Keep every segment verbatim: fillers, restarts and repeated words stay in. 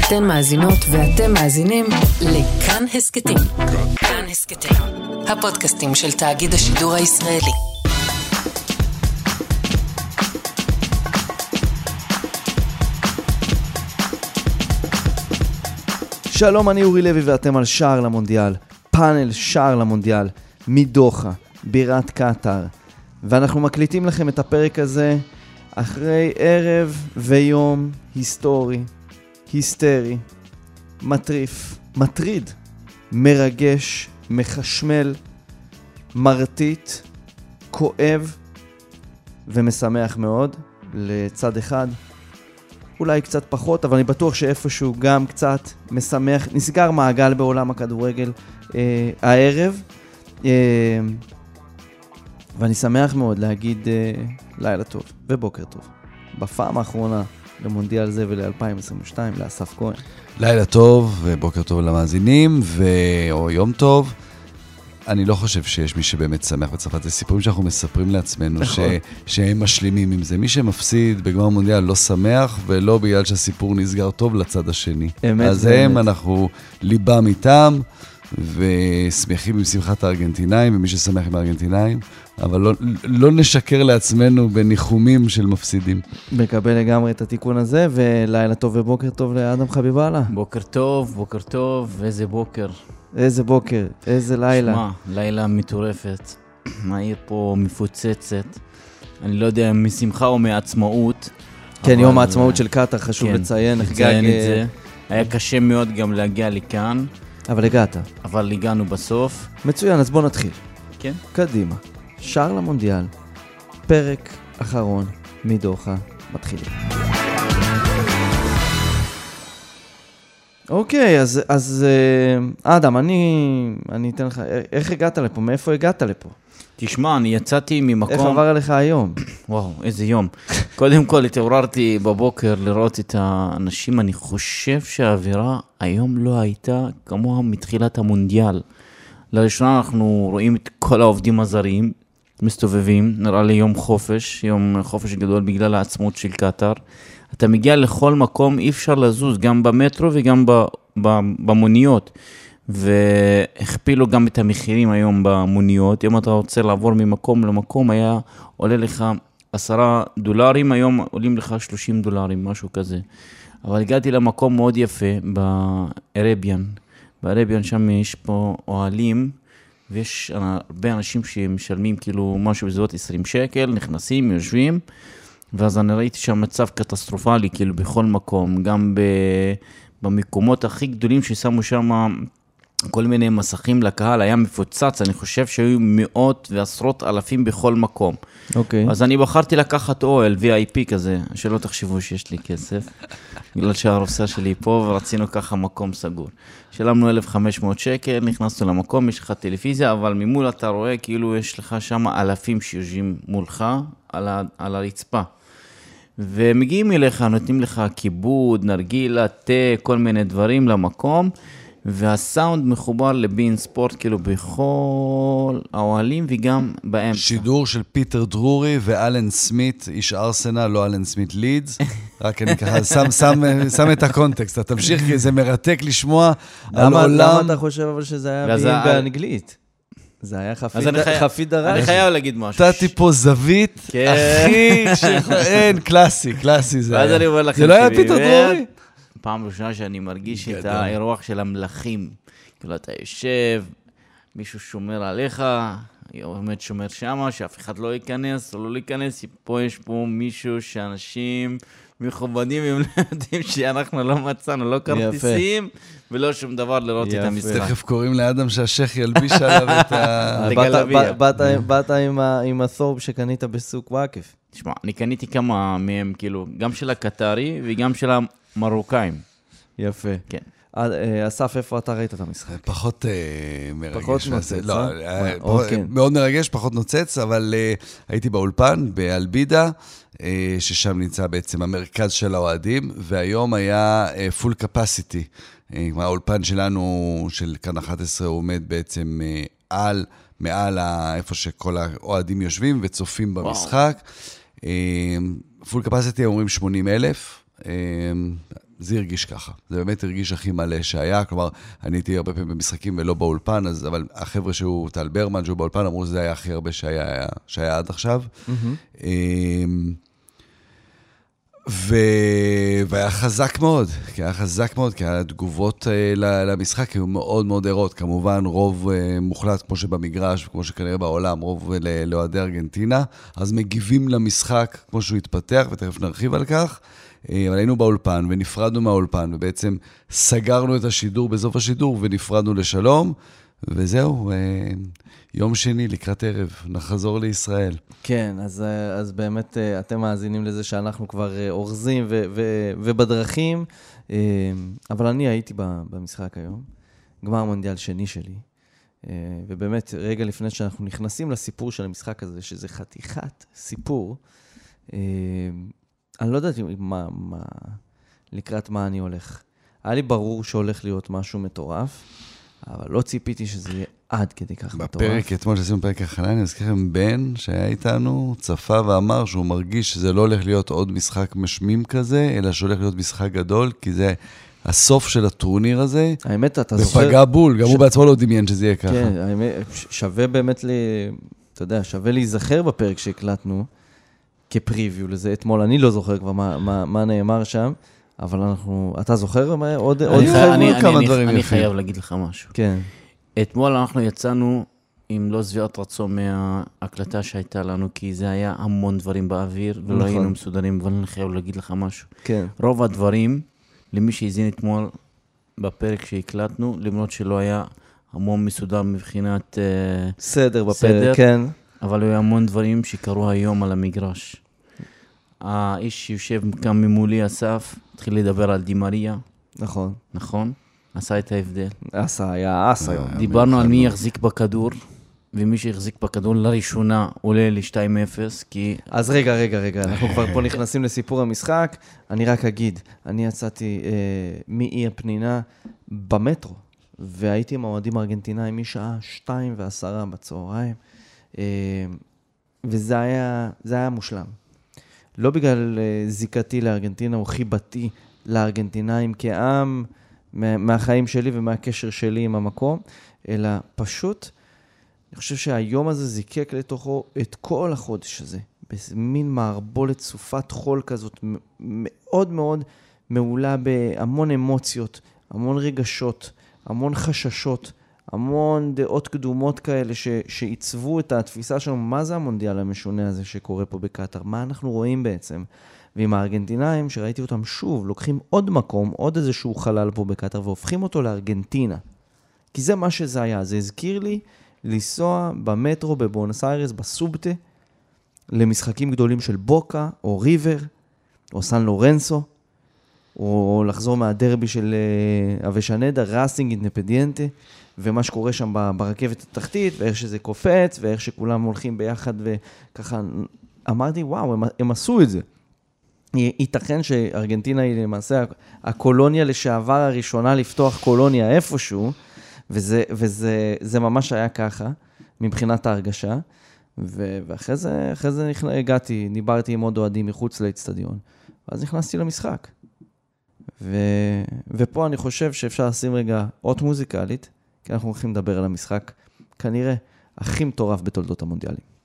אתן מאזינות ואתם מאזינים לכאן הסקטים. כאן הסקטים, הפודקאסטים של תאגיד השידור הישראלי. שלום, אני אורי לוי ואתם על שער למונדיאל, פאנל שער למונדיאל, מדוחה, בירת קטר. ואנחנו מקליטים לכם את הפרק הזה אחרי ערב ויום היסטורי, היסטרי, מטריף, מטריד, מרגש, מחשמל, מרטיט, כואב ומשמח מאוד לצד אחד. אולי קצת פחות, אבל אני בטוח שאיפשהו גם קצת משמח. נסגר מעגל בעולם הכדורגל אה, הערב. אה, ואני שמח מאוד להגיד אה, לילה טוב ובוקר טוב. בפעם האחרונה למונדיאל זה ול-אלפיים עשרים ושתיים, לאסף כהן. לילה טוב ובוקר טוב למאזינים, ו... או יום טוב. אני לא חושב שיש מי שבאמת שמח בצרפת. זה סיפורים שאנחנו מספרים לעצמנו ש... שהם משלימים עם זה. מי שמפסיד בגמר המונדיאל לא שמח, ולא בגלל שהסיפור נסגר טוב לצד השני. אמת, אז אמת. הם, אנחנו ליבם איתם, ושמחים עם שמחת הארגנטינאים, ומי ששמח עם הארגנטינאים, אבל לא, לא נשקר לעצמנו בניחומים של מפסידים. מקבל לגמרי את התיקון הזה, ולילה טוב ובוקר טוב לאדם חביבאללה. בוקר טוב, בוקר טוב, איזה בוקר. איזה בוקר, איזה לילה. שמה, לילה מטורפת. העיר פה מפוצצת. אני לא יודע אם משמחה או מעצמאות. כן, יום העצמאות של קטר, חשוב כן, לציין. לציין נחגג... את זה. היה קשה מאוד גם להגיע לכאן. אבל הגעת. אבל הגענו בסוף. מצוין, אז בוא נתחיל. כן. קדימה. שער למונדיאל, פרק אחרון מדוחה, מתחילים. אוקיי, אז, אז אדם, אני, אני אתן לך, איך הגעת לפה? מאיפה הגעת לפה? תשמע, אני יצאתי ממקום... איך עבר עליך היום? וואו, איזה יום. קודם כל, התעוררתי בבוקר לראות את האנשים. אני חושב שהאווירה היום לא הייתה כמוה מתחילת המונדיאל. לראשונה אנחנו רואים את כל העובדים הזרים מסתובבים, נראה לי יום חופש, יום חופש גדול בגלל העצמאות של קטר. אתה מגיע לכל מקום, אי אפשר לזוז, גם במטרו וגם במוניות. והכפילו גם את המחירים היום במוניות. אם אתה רוצה לעבור ממקום למקום, היה עולה לך עשרה דולרים, היום עולים לך שלושים דולרים, משהו כזה. אבל הגעתי למקום מאוד יפה, בארביאן. בארביאן שם יש פה אוהלים, ויש הרבה אנשים שמשלמים כאילו משהו בזאת עשרים שקל, נכנסים, יושבים, ואז אני ראיתי שהמצב קטסטרופלי, כאילו בכל מקום, גם במקומות הכי גדולים ששמו שם כל מיני מסכים לקהל, היה מפוצץ, אני חושב שהיו מאות ועשרות אלפים בכל מקום. אוקיי. אז אני בחרתי לקחת אוהל, וי איי פי כזה, שלא תחשבו שיש לי כסף, בגלל שהרופסה שלי פה, ורצינו ככה מקום סגור. שלמנו אלף וחמש מאות שקל, נכנסנו למקום, יש לך טלוויזיה, אבל ממול אתה רואה כאילו יש לך שם אלפים שיושבים מולך על, ה, על הרצפה. ומגיעים אליך, נותנים לך כיבוד, נרגילה, תה, כל מיני דברים למקום, והסאונד מחובר לבין ספורט כאילו בכל האוהלים וגם באמצע. שידור של פיטר דרורי ואלן סמית, איש ארסנל, לא אלן סמית לידס. רק אני ככה שם, שם, שם את הקונטקסט. אתה תמשיך כי זה מרתק לשמוע על עולם. למה אתה חושב אבל שזה היה בין באנגלית? זה היה חפי דרש. אני חייב להגיד משהו. נתתי פה זווית, הכי אין, קלאסי, קלאסי זה היה. ואז אני אומר לכם, זה לא היה פיטר דרורי? פעם ראשונה שאני מרגיש את האירוח של המלכים. כאילו אתה יושב, מישהו שומר עליך, עומד שומר שמה, שאף אחד לא ייכנס או לא להיכנס. פה יש פה מישהו שאנשים מכובדים, הם לא יודעים שאנחנו לא מצאנו, לא כרטיסים ולא שום דבר לראות את המשחק. תכף קוראים לאדם שהשייך ילביש עליו את ה... באת עם הסורב שקנית בסוק וואקף. תשמע, אני קניתי כמה מהם, כאילו, גם של הקטרי וגם של המרוקאים. יפה. כן. אסף, איפה אתה ראית את המשחק? פחות מרגש. פחות נוצץ, לא, מאוד מרגש, פחות נוצץ, אבל הייתי באולפן, באלבידה, ששם נמצא בעצם המרכז של האוהדים, והיום היה full capacity. האולפן שלנו, של כאן אחת עשרה, הוא עומד בעצם על, מעל איפה שכל האוהדים יושבים וצופים במשחק. full capacity אומרים שמונים אלף, זה הרגיש ככה. זה באמת הרגיש הכי מלא שהיה, כלומר, אני הייתי הרבה פעמים במשחקים ולא באולפן, אז, אבל החבר'ה שהוא, טל ברמן, שהוא באולפן, אמרו שזה היה הכי הרבה שהיה, שהיה עד עכשיו. Mm-hmm. ו... והיה חזק מאוד, כי היה חזק מאוד, כי התגובות למשחק היו מאוד מאוד ערות, כמובן רוב מוחלט כמו שבמגרש, כמו שכנראה בעולם, רוב לאוהדי ארגנטינה, אז מגיבים למשחק כמו שהוא התפתח, ותכף נרחיב על כך, אבל היינו באולפן ונפרדנו מהאולפן, ובעצם סגרנו את השידור בסוף השידור ונפרדנו לשלום, וזהו, יום שני לקראת ערב, נחזור לישראל. כן, אז, אז באמת אתם מאזינים לזה שאנחנו כבר אורזים ו- ו- ובדרכים, אבל אני הייתי במשחק היום, גמר מונדיאל שני שלי, ובאמת רגע לפני שאנחנו נכנסים לסיפור של המשחק הזה, שזה חתיכת סיפור, אני לא יודעת מה, מה, לקראת מה אני הולך. היה לי ברור שהולך להיות משהו מטורף, אבל לא ציפיתי שזה יהיה עד כדי כך מטורף. בפרק, אתמול שעשינו פרק הכנה, אני אזכיר לכם בן שהיה איתנו, צפה ואמר שהוא מרגיש שזה לא הולך להיות עוד משחק משמים כזה, אלא שהולך להיות משחק גדול, כי זה הסוף של הטורניר הזה. האמת, אתה זוכר... ופגע בול, גם הוא בעצמו לא דמיין שזה יהיה ככה. כן, האמת, שווה באמת, אתה יודע, שווה להיזכר בפרק שהקלטנו, כפריוויו לזה. אתמול אני לא זוכר כבר מה נאמר שם, אבל אנחנו, אתה זוכר עוד כמה דברים יפים. אני חייב להגיד לך משהו. כן. אתמול אנחנו יצאנו עם לא זביעת רצון מההקלטה שהייתה לנו, כי זה היה המון דברים באוויר, ולא היינו מסודרים, אבל אני חייב להגיד לך משהו. כן. רוב הדברים, למי שהזין אתמול בפרק שהקלטנו, למרות שלא היה המון מסודר מבחינת סדר בפרק, כן. אבל היו המון דברים שקרו היום על המגרש. האיש שיושב כאן ממולי, אסף, התחיל לדבר על די מריה. נכון. נכון? עשה את ההבדל. עשה, היה עשה היום. דיברנו על מי יחזיק בכדור, ומי שיחזיק בכדור לראשונה עולה ל-שתיים אפס, כי... אז רגע, רגע, רגע, אנחנו כבר פה נכנסים לסיפור המשחק. אני רק אגיד, אני יצאתי אה, מאי הפנינה במטרו, והייתי עם האוהדים הארגנטינאים משעה שתיים ועשרה בצהריים, אה, וזה היה, זה היה מושלם. לא בגלל אה, זיקתי לארגנטינה או חיבתי לארגנטינאים כעם, מהחיים שלי ומהקשר שלי עם המקום, אלא פשוט, אני חושב שהיום הזה זיקק לתוכו את כל החודש הזה, במין מערבולת סופת חול כזאת, מאוד מאוד מעולה בהמון אמוציות, המון רגשות, המון חששות, המון דעות קדומות כאלה ש, שעיצבו את התפיסה שלנו, מה זה המונדיאל המשונה הזה שקורה פה בקטר, מה אנחנו רואים בעצם, ועם הארגנטינאים, שראיתי אותם שוב, לוקחים עוד מקום, עוד איזשהו חלל פה בקטר, והופכים אותו לארגנטינה. כי זה מה שזה היה. זה הזכיר לי לנסוע במטרו בבואנוס איירס, בסובטה, למשחקים גדולים של בוקה, או ריבר, או סן לורנסו, או לחזור מהדרבי של אבשנדה, ראסינג אינדפנדיאנטה, ומה שקורה שם ברכבת התחתית, ואיך שזה קופץ, ואיך שכולם הולכים ביחד, וככה אמרתי, וואו, הם, הם עשו את זה. ייתכן שארגנטינה היא למעשה הקולוניה לשעבר הראשונה לפתוח קולוניה איפשהו, וזה, וזה, זה ממש היה ככה, מבחינת ההרגשה, ו, ואחרי זה, אחרי זה הגעתי, דיברתי עם עוד אוהדים מחוץ לאצטדיון, ואז נכנסתי למשחק. ו, ופה אני חושב שאפשר לשים רגע אות מוזיקלית, כי אנחנו הולכים לדבר על המשחק, כנראה הכי מטורף בתולדות המונדיאלים.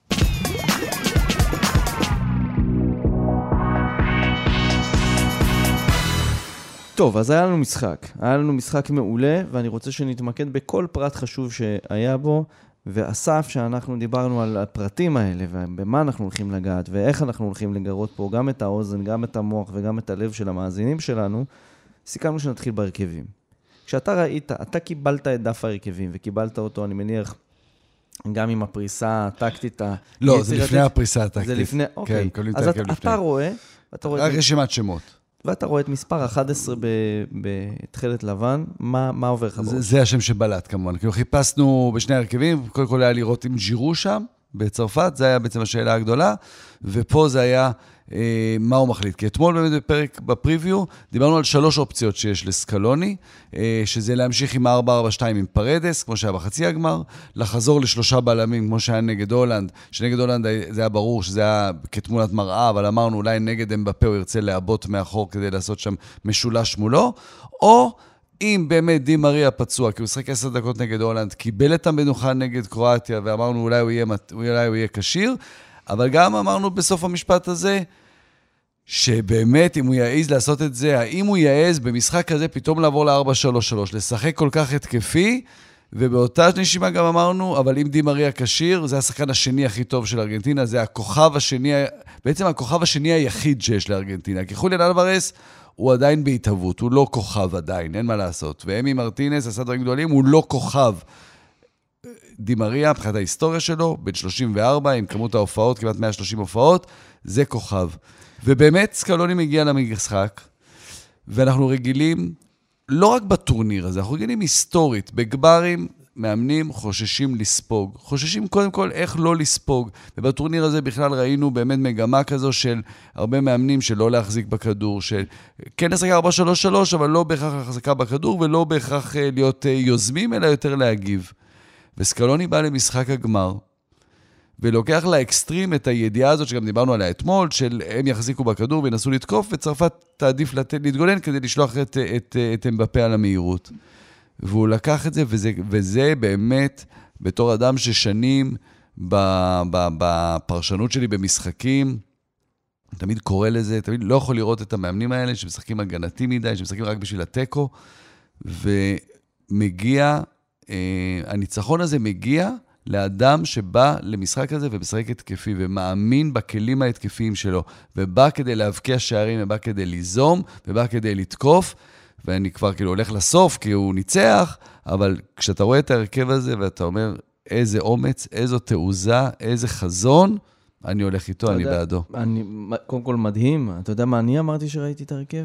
טוב, אז היה לנו משחק. היה לנו משחק מעולה, ואני רוצה שנתמקד בכל פרט חשוב שהיה בו, ואסף שאנחנו דיברנו על הפרטים האלה, ובמה אנחנו הולכים לגעת, ואיך אנחנו הולכים לגרות פה, גם את האוזן, גם את המוח וגם את הלב של המאזינים שלנו, סיכמנו שנתחיל בהרכבים. כשאתה ראית, אתה קיבלת את דף ההרכבים, וקיבלת אותו, אני מניח, גם עם הפריסה הטקטית. לא, זה לפני הפריסה הטקטית. זה לפני, אוקיי. אז אתה רואה, רק רשימת שמות. ואתה רואה את מספר אחת עשרה בתחילת לבן, מה, מה עובר לך בראש? זה, זה השם שבלט כמובן. כאילו חיפשנו בשני הרכבים, קודם כל היה לראות אם ג'ירו שם, בצרפת, זה היה בעצם השאלה הגדולה, ופה זה היה אה, מה הוא מחליט. כי אתמול באמת בפרק בפריוויו, דיברנו על שלוש אופציות שיש לסקלוני, אה, שזה להמשיך עם ארבע ארבע שתיים עם פרדס, כמו שהיה בחצי הגמר, לחזור לשלושה בלמים, כמו שהיה נגד הולנד, שנגד הולנד זה היה ברור שזה היה כתמונת מראה, אבל אמרנו אולי נגד אמבפה הוא ירצה להבוט מאחור כדי לעשות שם משולש מולו, או אם באמת די מריה פצוע, כי הוא שחק עשר דקות נגד הולנד, קיבל את המנוחה נגד קרואטיה, ואמרנו אולי הוא יהיה, אולי הוא יהיה קשיר, אבל גם אמרנו בסוף המשפט הזה, שבאמת אם הוא יעז לעשות את זה, האם הוא יעז במשחק כזה פתאום לעבור ל-ארבע שלוש שלוש, לשחק כל כך התקפי, ובאותה נשימה גם אמרנו, אבל אם די מריה קשיר, זה השחקן השני הכי טוב של ארגנטינה, זה הכוכב השני, בעצם הכוכב השני היחיד שיש לארגנטינה, כי חוליאן אלוורס הוא עדיין בהתהוות, הוא לא כוכב עדיין, אין מה לעשות. ואמי מרטינס עשה דברים גדולים, הוא לא כוכב. די מריה, מבחינת ההיסטוריה שלו, בן שלושים וארבע, עם כמות ההופעות, כמעט מאה ושלושים הופעות, זה כוכב. ובאמת סקלוני מגיע למשחק, ואנחנו רגילים, לא רק בטורניר הזה, אנחנו רגילים היסטורית, בגברים, מאמנים חוששים לספוג. חוששים קודם כל איך לא לספוג. ובטורניר הזה בכלל ראינו באמת מגמה כזו של הרבה מאמנים שלא להחזיק בכדור, של כן לשחק ארבע שלוש שלוש, אבל לא בהכרח להחזקה בכדור, ולא בהכרח להיות יוזמים, אלא יותר להגיב. וסקלוני בא למשחק הגמר, ולוקח לאקסטרים את הידיעה הזאת, שגם דיברנו עליה אתמול, של הם יחזיקו בכדור וינסו לתקוף, וצרפת תעדיף להתגונן כדי לשלוח את, את, את אמבפה על המהירות. והוא לקח את זה, וזה, וזה באמת, בתור אדם ששנים בפרשנות שלי במשחקים, תמיד קורא לזה, תמיד לא יכול לראות את המאמנים האלה, שמשחקים הגנתי מדי, שמשחקים רק בשביל הטקו, ומגיע, הניצחון הזה מגיע לאדם שבא למשחק הזה ומשחק התקפי, ומאמין בכלים ההתקפיים שלו, ובא כדי להבקיע שערים, ובא כדי ליזום, ובא כדי לתקוף, ואני כבר כאילו הולך לסוף, כי הוא ניצח, אבל כשאתה רואה את ההרכב הזה, ואתה אומר, איזה אומץ, איזו תעוזה, איזה חזון, אני הולך איתו, אני יודע, בעדו. אני, קודם כל מדהים, אתה יודע מה אני אמרתי שראיתי את ההרכב?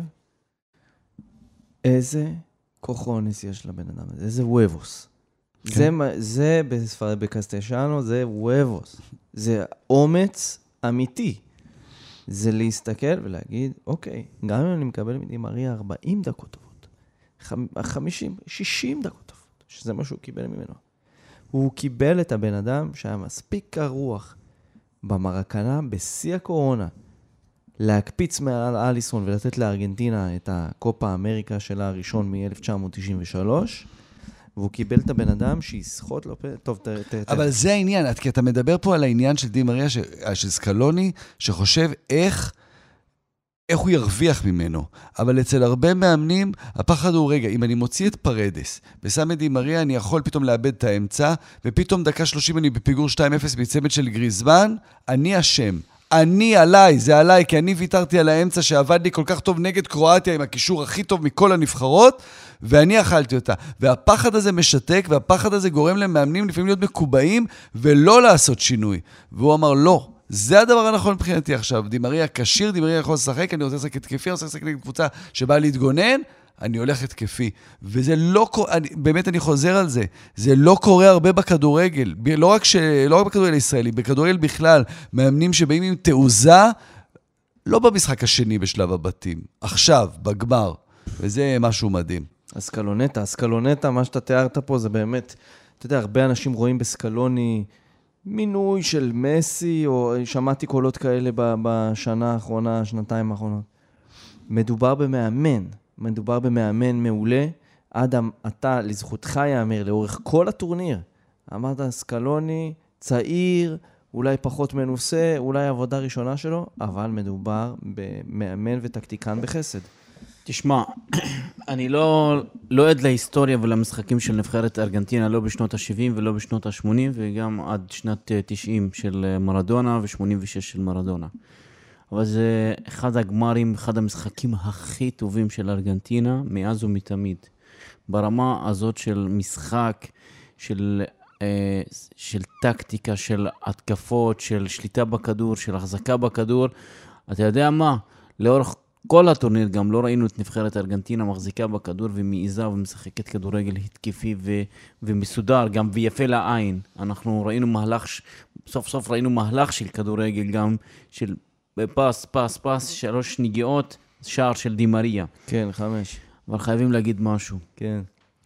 איזה כוחונס יש לבן אדם הזה, איזה וובוס. כן. זה, זה בספרד, בקסטיישנו, זה וובוס. זה אומץ אמיתי. זה להסתכל ולהגיד, אוקיי, גם אם אני מקבל מדי מריה ארבעים דקות טובות, חמישים, שישים דקות טובות, שזה מה שהוא קיבל ממנו. הוא קיבל את הבן אדם שהיה מספיק קרוח במרקנה, בשיא הקורונה, להקפיץ מעל אליסון ולתת לארגנטינה את הקופה אמריקה שלה הראשון מ-אלף תשע מאות תשעים ושלוש, והוא קיבל את הבן אדם שיסחוט לו... טוב, ת... ת... אבל זה העניין, כי אתה מדבר פה על העניין של די מריה, של סקלוני, שחושב איך, איך הוא ירוויח ממנו. אבל אצל הרבה מאמנים, הפחד הוא, רגע, אם אני מוציא את פרדס, ושם את די מריה, אני יכול פתאום לאבד את האמצע, ופתאום דקה שלושים אני בפיגור שתיים אפס מצמד של גריזמן, אני אשם. אני עליי, זה עליי, כי אני ויתרתי על האמצע שעבד לי כל כך טוב נגד קרואטיה, עם הקישור הכי טוב מכל הנבחרות, ואני אכלתי אותה. והפחד הזה משתק, והפחד הזה גורם למאמנים לפעמים להיות מקובעים, ולא לעשות שינוי. והוא אמר, לא, זה הדבר הנכון מבחינתי עכשיו. די מריה קשיר, די מריה יכול לשחק, אני רוצה לשחק התקפי, אני רוצה לשחק נגד קבוצה שבאה להתגונן, אני הולך התקפי. וזה לא, אני, באמת אני חוזר על זה, זה לא קורה הרבה בכדורגל, לא רק, ש, לא רק בכדורגל הישראלי, בכדורגל בכלל, מאמנים שבאים עם תעוזה, לא במשחק השני בשלב הבתים, עכשיו, בגמר, וזה משהו מדהים. הסקלונטה, הסקלונטה, מה שאתה תיארת פה זה באמת, אתה יודע, הרבה אנשים רואים בסקלוני מינוי של מסי, או שמעתי קולות כאלה בשנה האחרונה, שנתיים האחרונות. מדובר במאמן, מדובר במאמן מעולה, אדם, אתה לזכותך יאמר לאורך כל הטורניר. אמרת, סקלוני, צעיר, אולי פחות מנוסה, אולי עבודה ראשונה שלו, אבל מדובר במאמן וטקטיקן בחסד. תשמע, אני לא, לא עד להיסטוריה ולמשחקים של נבחרת ארגנטינה, לא בשנות ה-שבעים ולא בשנות ה-שמונים, וגם עד שנת תשעים של מרדונה ו-שמונים ושש של מרדונה. אבל זה אחד הגמרים, אחד המשחקים הכי טובים של ארגנטינה, מאז ומתמיד. ברמה הזאת של משחק, של, אה, של טקטיקה, של התקפות, של שליטה בכדור, של החזקה בכדור. אתה יודע מה? לאורך כל הטורניר גם לא ראינו את נבחרת ארגנטינה מחזיקה בכדור ומעיזה ומשחקת כדורגל התקפי ו- ומסודר, גם ויפה לעין. אנחנו ראינו מהלך ש- סוף סוף ראינו מהלך של כדורגל גם, של פס, פס, פס, שלוש נגיעות, שער של דימריה. כן, חמש. אבל חייבים להגיד משהו. כן.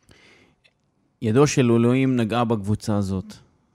ידו של אלוהים נגעה בקבוצה הזאת.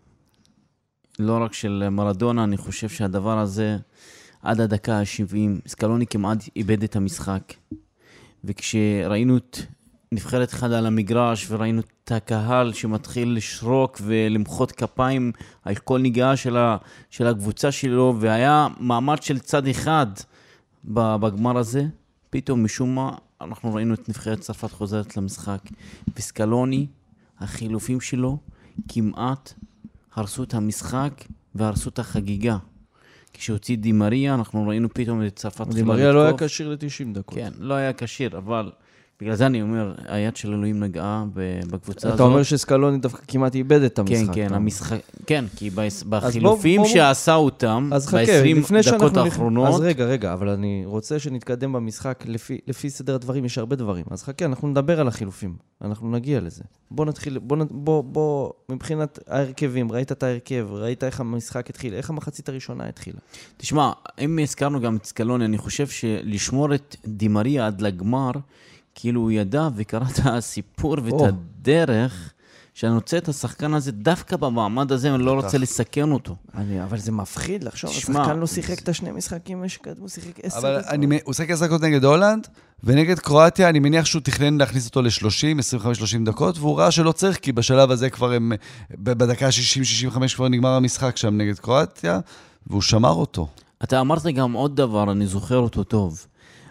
לא רק של מרדונה, אני חושב שהדבר הזה, עד הדקה ה-שבעים, סקלוני כמעט איבד את המשחק. וכשראינו את נבחרת אחד על המגרש, וראינו את הקהל שמתחיל לשרוק ולמחות כפיים על כל נגיעה של, ה, של הקבוצה שלו, והיה מעמד של צד אחד בגמר הזה, פתאום משום מה אנחנו ראינו את נבחרת צרפת חוזרת למשחק. וסקלוני, החילופים שלו, כמעט הרסו את המשחק והרסו את החגיגה. כשהוציא דימריה, אנחנו ראינו פתאום את צרפת. דימריה לא היה קשיר ל-תשעים דקות. כן, לא היה קשיר, אבל בגלל זה אני אומר, היד של אלוהים נגעה בקבוצה הזאת. אתה אומר שסקלוני דווקא כמעט איבד את המשחק. כן, כן, המשחק, כן, כי בחילופים שעשה אותם, ב-עשרים דקות האחרונות. אז רגע, רגע, אבל אני רוצה שנתקדם במשחק לפי סדר הדברים, יש הרבה דברים. אז חכה, אנחנו נדבר על החילופים, אנחנו נגיע לזה. בוא נתחיל, בוא, מבחינת ההרכבים, ראית את ההרכב, ראית איך המשחק התחיל, איך המחצית הראשונה התחילה. תשמע, אם הזכרנו גם את סקלוני, אני חושב שלשמור את דימריה עד לגמר, כאילו הוא ידע וקרא את הסיפור ואת oh. הדרך שאני רוצה את השחקן הזה דווקא במעמד הזה, אני לא רוצה לסכן אותו. אני, אבל זה מפחיד לחשוב, השחקן לא שיחק את השני משחקים, הוא שיחק עשר אבל אני, הוא שיחק עשר דקות נגד הולנד, ונגד קרואטיה אני מניח שהוא תכנן להכניס אותו ל-שלושים, עשרים וחמש שלושים דקות, והוא ראה שלא צריך, כי בשלב הזה כבר הם, בדקה שישים שישים וחמש כבר נגמר המשחק שם נגד קרואטיה, והוא שמר אותו. אתה אמרת גם עוד דבר, אני זוכר אותו טוב.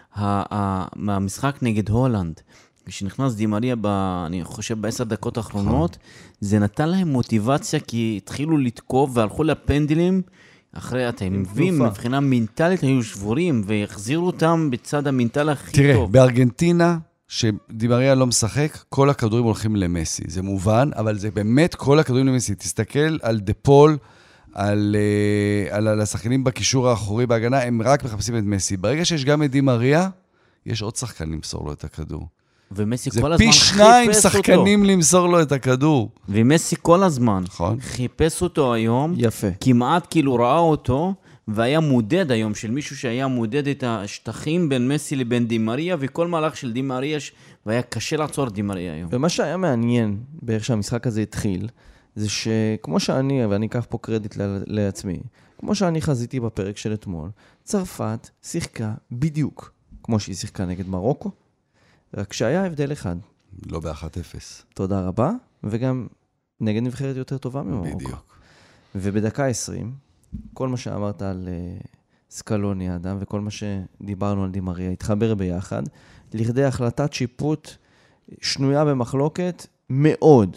מהמשחק נגד הולנד, כשנכנס דימריה, אני חושב בעשר דקות האחרונות, זה נתן להם מוטיבציה, כי התחילו לתקוף והלכו לפנדלים, אחרי, אתה מבין, מבחינה מנטלית היו שבורים, והחזירו אותם בצד המנטל הכי תראה, טוב. תראה, בארגנטינה, שדימריה לא משחק, כל הכדורים הולכים למסי. זה מובן, אבל זה באמת כל הכדורים למסי. תסתכל על דפול, על, על, על השחקנים בקישור האחורי בהגנה, הם רק מחפשים את מסי. ברגע שיש גם את דימריה, יש עוד שחקן למסור לו את הכדור. ומסי כל הזמן חיפש אותו. זה פי שניים שחקנים למסור לו את הכדור. ומסי כל הזמן נכון. חיפש אותו היום. יפה. כמעט כאילו ראה אותו, והיה מודד היום של מישהו שהיה מודד את השטחים בין מסי לבין דימריה, וכל מהלך של דימריה, והיה קשה לעצור דימריה היום. ומה שהיה מעניין, באיך שהמשחק הזה התחיל, זה שכמו שאני, ואני אקח פה קרדיט לעצמי, כמו שאני חזיתי בפרק של אתמול, צרפת שיחקה בדיוק כמו שהיא שיחקה נגד מרוקו, רק שהיה הבדל אחד. לא ב-אחת אפס. תודה רבה, וגם נגד נבחרת יותר טובה ממרוקו. בדיוק. ובדקה עשרים, כל מה שאמרת על uh, סקלוני האדם, וכל מה שדיברנו על דימריה, התחבר ביחד, לכדי החלטת שיפוט שנויה במחלוקת מאוד.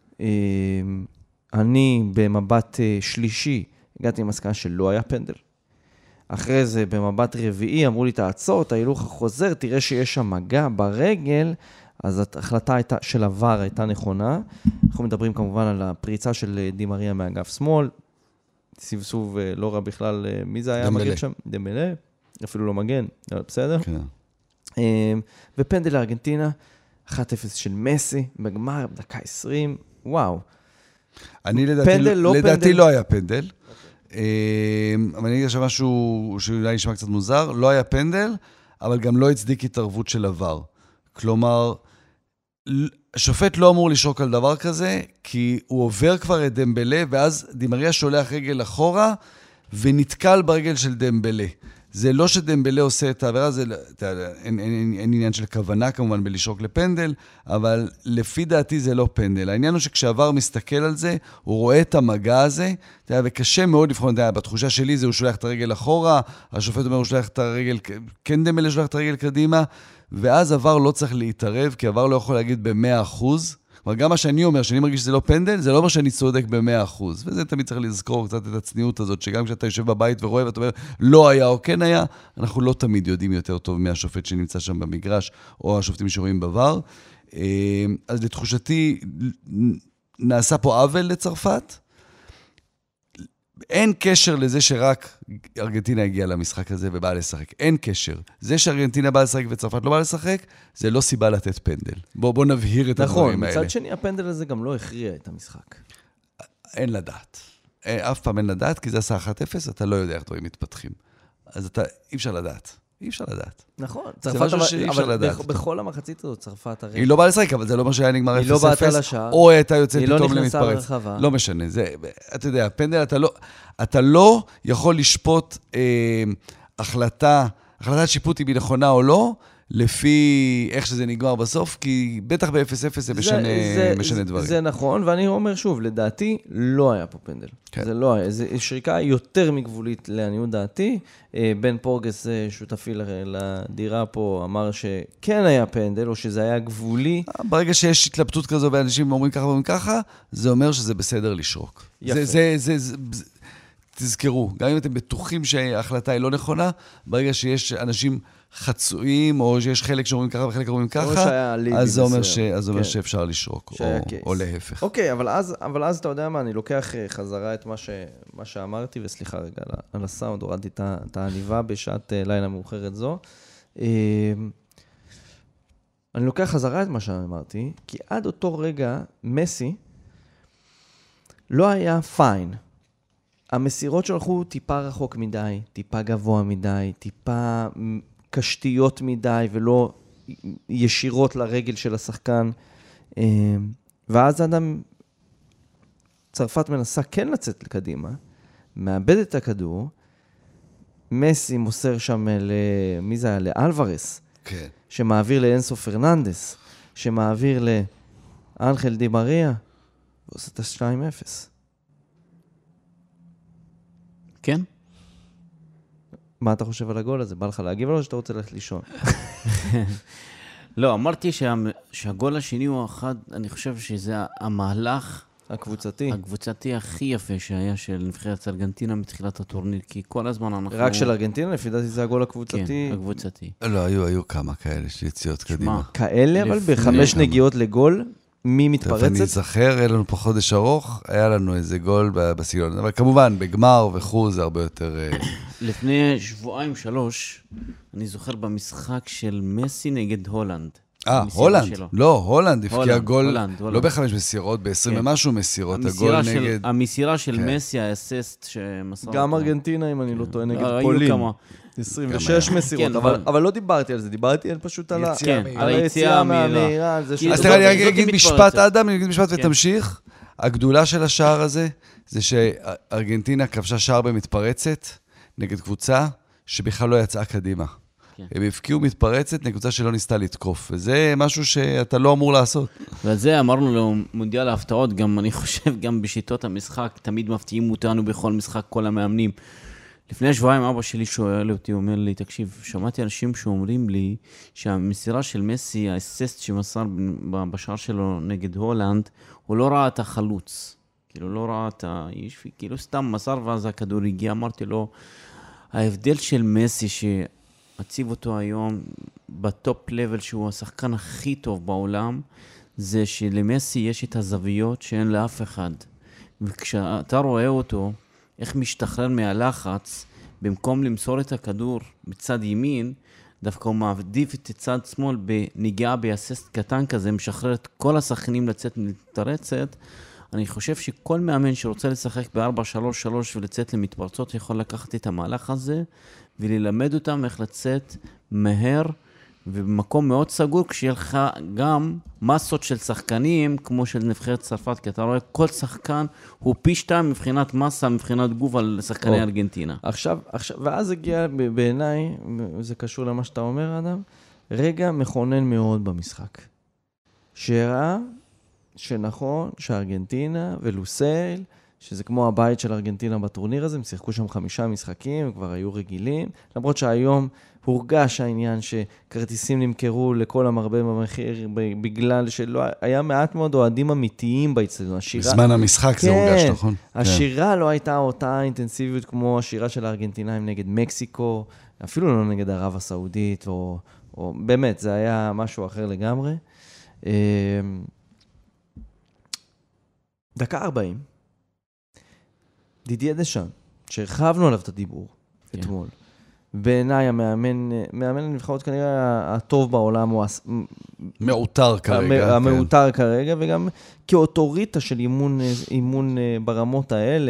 אני במבט שלישי הגעתי למסקנה שלא היה פנדל. אחרי זה במבט רביעי אמרו לי תעצור, את ההילוך החוזר, תראה שיש שם מגע ברגל, אז ההחלטה הייתה, של עבר הייתה נכונה. אנחנו מדברים כמובן על הפריצה של דימריה מאגף שמאל, סבסוב לא רע בכלל, מי זה היה מגן שם? דמבלה, אפילו לא מגן, בסדר? כן. ופנדל לארגנטינה, אחת אפס של מסי, בגמר, בדקה עשרים, וואו. אני לדעתי, פנדל, לא, לדעתי פנדל. לא היה פנדל. Okay. אבל אני אגיד עכשיו משהו שאולי נשמע קצת מוזר, לא היה פנדל, אבל גם לא הצדיק התערבות של עבר. כלומר, שופט לא אמור לשרוק על דבר כזה, כי הוא עובר כבר את דמבלה, ואז דימריה שולח רגל אחורה, ונתקל ברגל של דמבלה. זה לא שדמבלה עושה את העבירה, זה, אין, אין, אין, אין עניין של כוונה כמובן בלשרוק לפנדל, אבל לפי דעתי זה לא פנדל. העניין הוא שכשעבר מסתכל על זה, הוא רואה את המגע הזה, וקשה מאוד לבחון, בתחושה שלי זה הוא שולח את הרגל אחורה, השופט אומר הוא שולח את הרגל, כן דמבלה שולח את הרגל קדימה, ואז עבר לא צריך להתערב, כי עבר לא יכול להגיד ב-מאה אחוז, כלומר, גם מה שאני אומר, שאני מרגיש שזה לא פנדל, זה לא אומר שאני צודק ב-מאה אחוז. וזה תמיד צריך לזכור קצת את הצניעות הזאת, שגם כשאתה יושב בבית ורואה ואתה אומר, לא היה או כן היה, אנחנו לא תמיד יודעים יותר טוב מהשופט שנמצא שם במגרש, או השופטים שרואים בעבר. אז לתחושתי, נעשה פה עוול לצרפת. אין קשר לזה שרק ארגנטינה הגיעה למשחק הזה ובאה לשחק. אין קשר. זה שארגנטינה באה לשחק וצרפת לא באה לשחק, זה לא סיבה לתת פנדל. בוא, בוא נבהיר את נכון, הדברים האלה. נכון, מצד שני הפנדל הזה גם לא הכריע את המשחק. אין לדעת. אף פעם אין לדעת, כי זה עשה אחת אפס, אתה לא יודע איך דברים מתפתחים. אז אתה, אי אפשר לדעת. אי אפשר לדעת. נכון. זה משהו שאי אפשר לדעת. אבל בכל המחצית הזאת, צרפת הרי... היא לא באה לשחק, אבל זה לא מה שהיה נגמר אפס אפס. היא לא באת לשער. או הייתה יוצאת פתאום למתפרץ. היא לא נכנסה לרחבה. לא משנה. זה, אתה יודע, פנדל, אתה לא, אתה לא יכול לשפוט אה, החלטה, החלטת שיפוט אם היא נכונה או לא, לפי איך שזה נגמר בסוף, כי בטח ב-אפס אפס זה משנה, זה, משנה זה, דברים. זה נכון, ואני אומר שוב, לדעתי לא היה פה פנדל. כן. זה לא היה, זה שריקה יותר מגבולית לעניות דעתי. בן פורגס, שותפי לדירה פה, אמר שכן היה פנדל, או שזה היה גבולי. ברגע שיש התלבטות כזו, ואנשים אומרים ככה ואומרים ככה, זה אומר שזה בסדר לשרוק. יפה. זה, זה, זה, זה, זה, תזכרו, גם אם אתם בטוחים שההחלטה היא לא נכונה, ברגע שיש אנשים חצויים, או שיש חלק שאומרים ככה וחלק שאומרים ככה, אז זה אומר, ש... אז כן. אומר שאפשר לשרוק, או... או להפך. אוקיי, אבל אז, אבל אז אתה יודע מה, אני לוקח חזרה את מה, ש... מה שאמרתי, וסליחה רגע על הסאונד, הורדתי את העניבה בשעת לילה מאוחרת זו. אני לוקח חזרה את מה שאמרתי, כי עד אותו רגע, מסי לא היה פיין. המסירות שהלכו טיפה רחוק מדי, טיפה גבוה מדי, טיפה קשתיות מדי, ולא ישירות לרגל של השחקן. ואז אדם, צרפת מנסה כן לצאת לקדימה, מאבד את הכדור, מסי מוסר שם למי זה היה? לאלוורס, כן. שמעביר לאנסו פרננדס, שמעביר לאנחל די מריה, ועושה את ה-שתיים אפס. כן? מה אתה חושב על הגול הזה? בא לך להגיב עליו או שאתה רוצה ללכת לישון? לא, אמרתי שה... שהגול השני הוא אחד, אני חושב שזה המהלך הקבוצתי. הקבוצתי הכי יפה שהיה של נבחרת ארגנטינה מתחילת הטורניר, כי כל הזמן אנחנו... רק של ארגנטינה? לפי דעתי זה הגול הקבוצתי? כן, הקבוצתי. לא, היו, היו כמה כאלה שיציאות קדימה. כאלה, אבל בחמש נגיעות לגול, מי מתפרצת? אני זכר, היה לנו פה חודש ארוך, היה לנו איזה גול בסגנון. אבל כמובן, בגמר וכו' זה הרבה יותר... לפני שבועיים, שלוש, אני זוכר במשחק של מסי נגד הולנד. אה, הולנד? לא, הולנד הפקיע גול, לא בחמש מסירות, ב-עשרים ומשהו מסירות, הגול נגד... המסירה של מסי, האססט שמסר... גם ארגנטינה, אם אני לא טועה, נגד פולין. עשרים ושש מסירות, אבל לא דיברתי על זה, דיברתי על פשוט על היציאה מהמהירה. אז תראה, אני אגיד משפט, אדם, אני אגיד משפט ותמשיך. הגדולה של השער הזה, זה שארגנטינה כבשה שער במתפרצת, נגד קבוצה שבכלל לא יצאה קדימה. הם הפקיעו מתפרצת לקבוצה שלא ניסתה לתקוף, וזה משהו שאתה לא אמור לעשות. ועל זה אמרנו לו, מונדיאל ההפתעות, גם אני חושב, גם בשיטות המשחק, תמיד מפתיעים אותנו בכל משחק, כל המאמנים. לפני שבועיים אבא שלי שואל אותי, אומר לי, תקשיב, שמעתי אנשים שאומרים לי שהמסירה של מסי, האססט שמסר בשער שלו נגד הולנד, הוא לא ראה את החלוץ. כאילו לא ראה את האיש, כאילו סתם מסר ואז הכדור הגיע. אמרתי לו, ההבדל של מסי שמציב אותו היום בטופ לבל, שהוא השחקן הכי טוב בעולם, זה שלמסי יש את הזוויות שאין לאף אחד. וכשאתה רואה אותו, איך משתחרר מהלחץ, במקום למסור את הכדור בצד ימין, דווקא הוא מעדיף את צד שמאל בנגיעה באססט קטן כזה, משחרר את כל השחקנים לצאת מתפרצת. אני חושב שכל מאמן שרוצה לשחק ב-ארבע שלוש שלוש ולצאת למתפרצות, יכול לקחת את המהלך הזה, וללמד אותם איך לצאת מהר, ובמקום מאוד סגור, כשיהיה לך גם מסות של שחקנים, כמו של נבחרת צרפת, כי אתה רואה כל שחקן הוא פי שתיים מבחינת מסה, מבחינת גוף על שחקני או. ארגנטינה. עכשיו, עכשיו, ואז הגיע בעיניי, זה קשור למה שאתה אומר, אדם, רגע מכונן מאוד במשחק. שהראה שנכון, שארגנטינה ולוסייל, שזה כמו הבית של ארגנטינה בטורניר הזה, הם שיחקו שם חמישה משחקים, הם כבר היו רגילים, למרות שהיום הורגש העניין שכרטיסים נמכרו לכל המרבה במחיר, בגלל שלא, היה מעט מאוד אוהדים אמיתיים באצטדיון. בזמן המשחק כן, זה הורגש, נכון? השירה כן. לא הייתה אותה אינטנסיביות כמו השירה של הארגנטינאים נגד מקסיקו, אפילו לא נגד ערב הסעודית, או, או באמת, זה היה משהו אחר לגמרי. דקה ארבעים, דידיה דשאן, שהרחבנו עליו את הדיבור כן. אתמול, בעיניי המאמן, מאמן הנבחרות כנראה הטוב בעולם, הוא מעוטר כרגע. המעוטר כרגע, וגם כאוטוריטה של אימון, אימון ברמות האלה,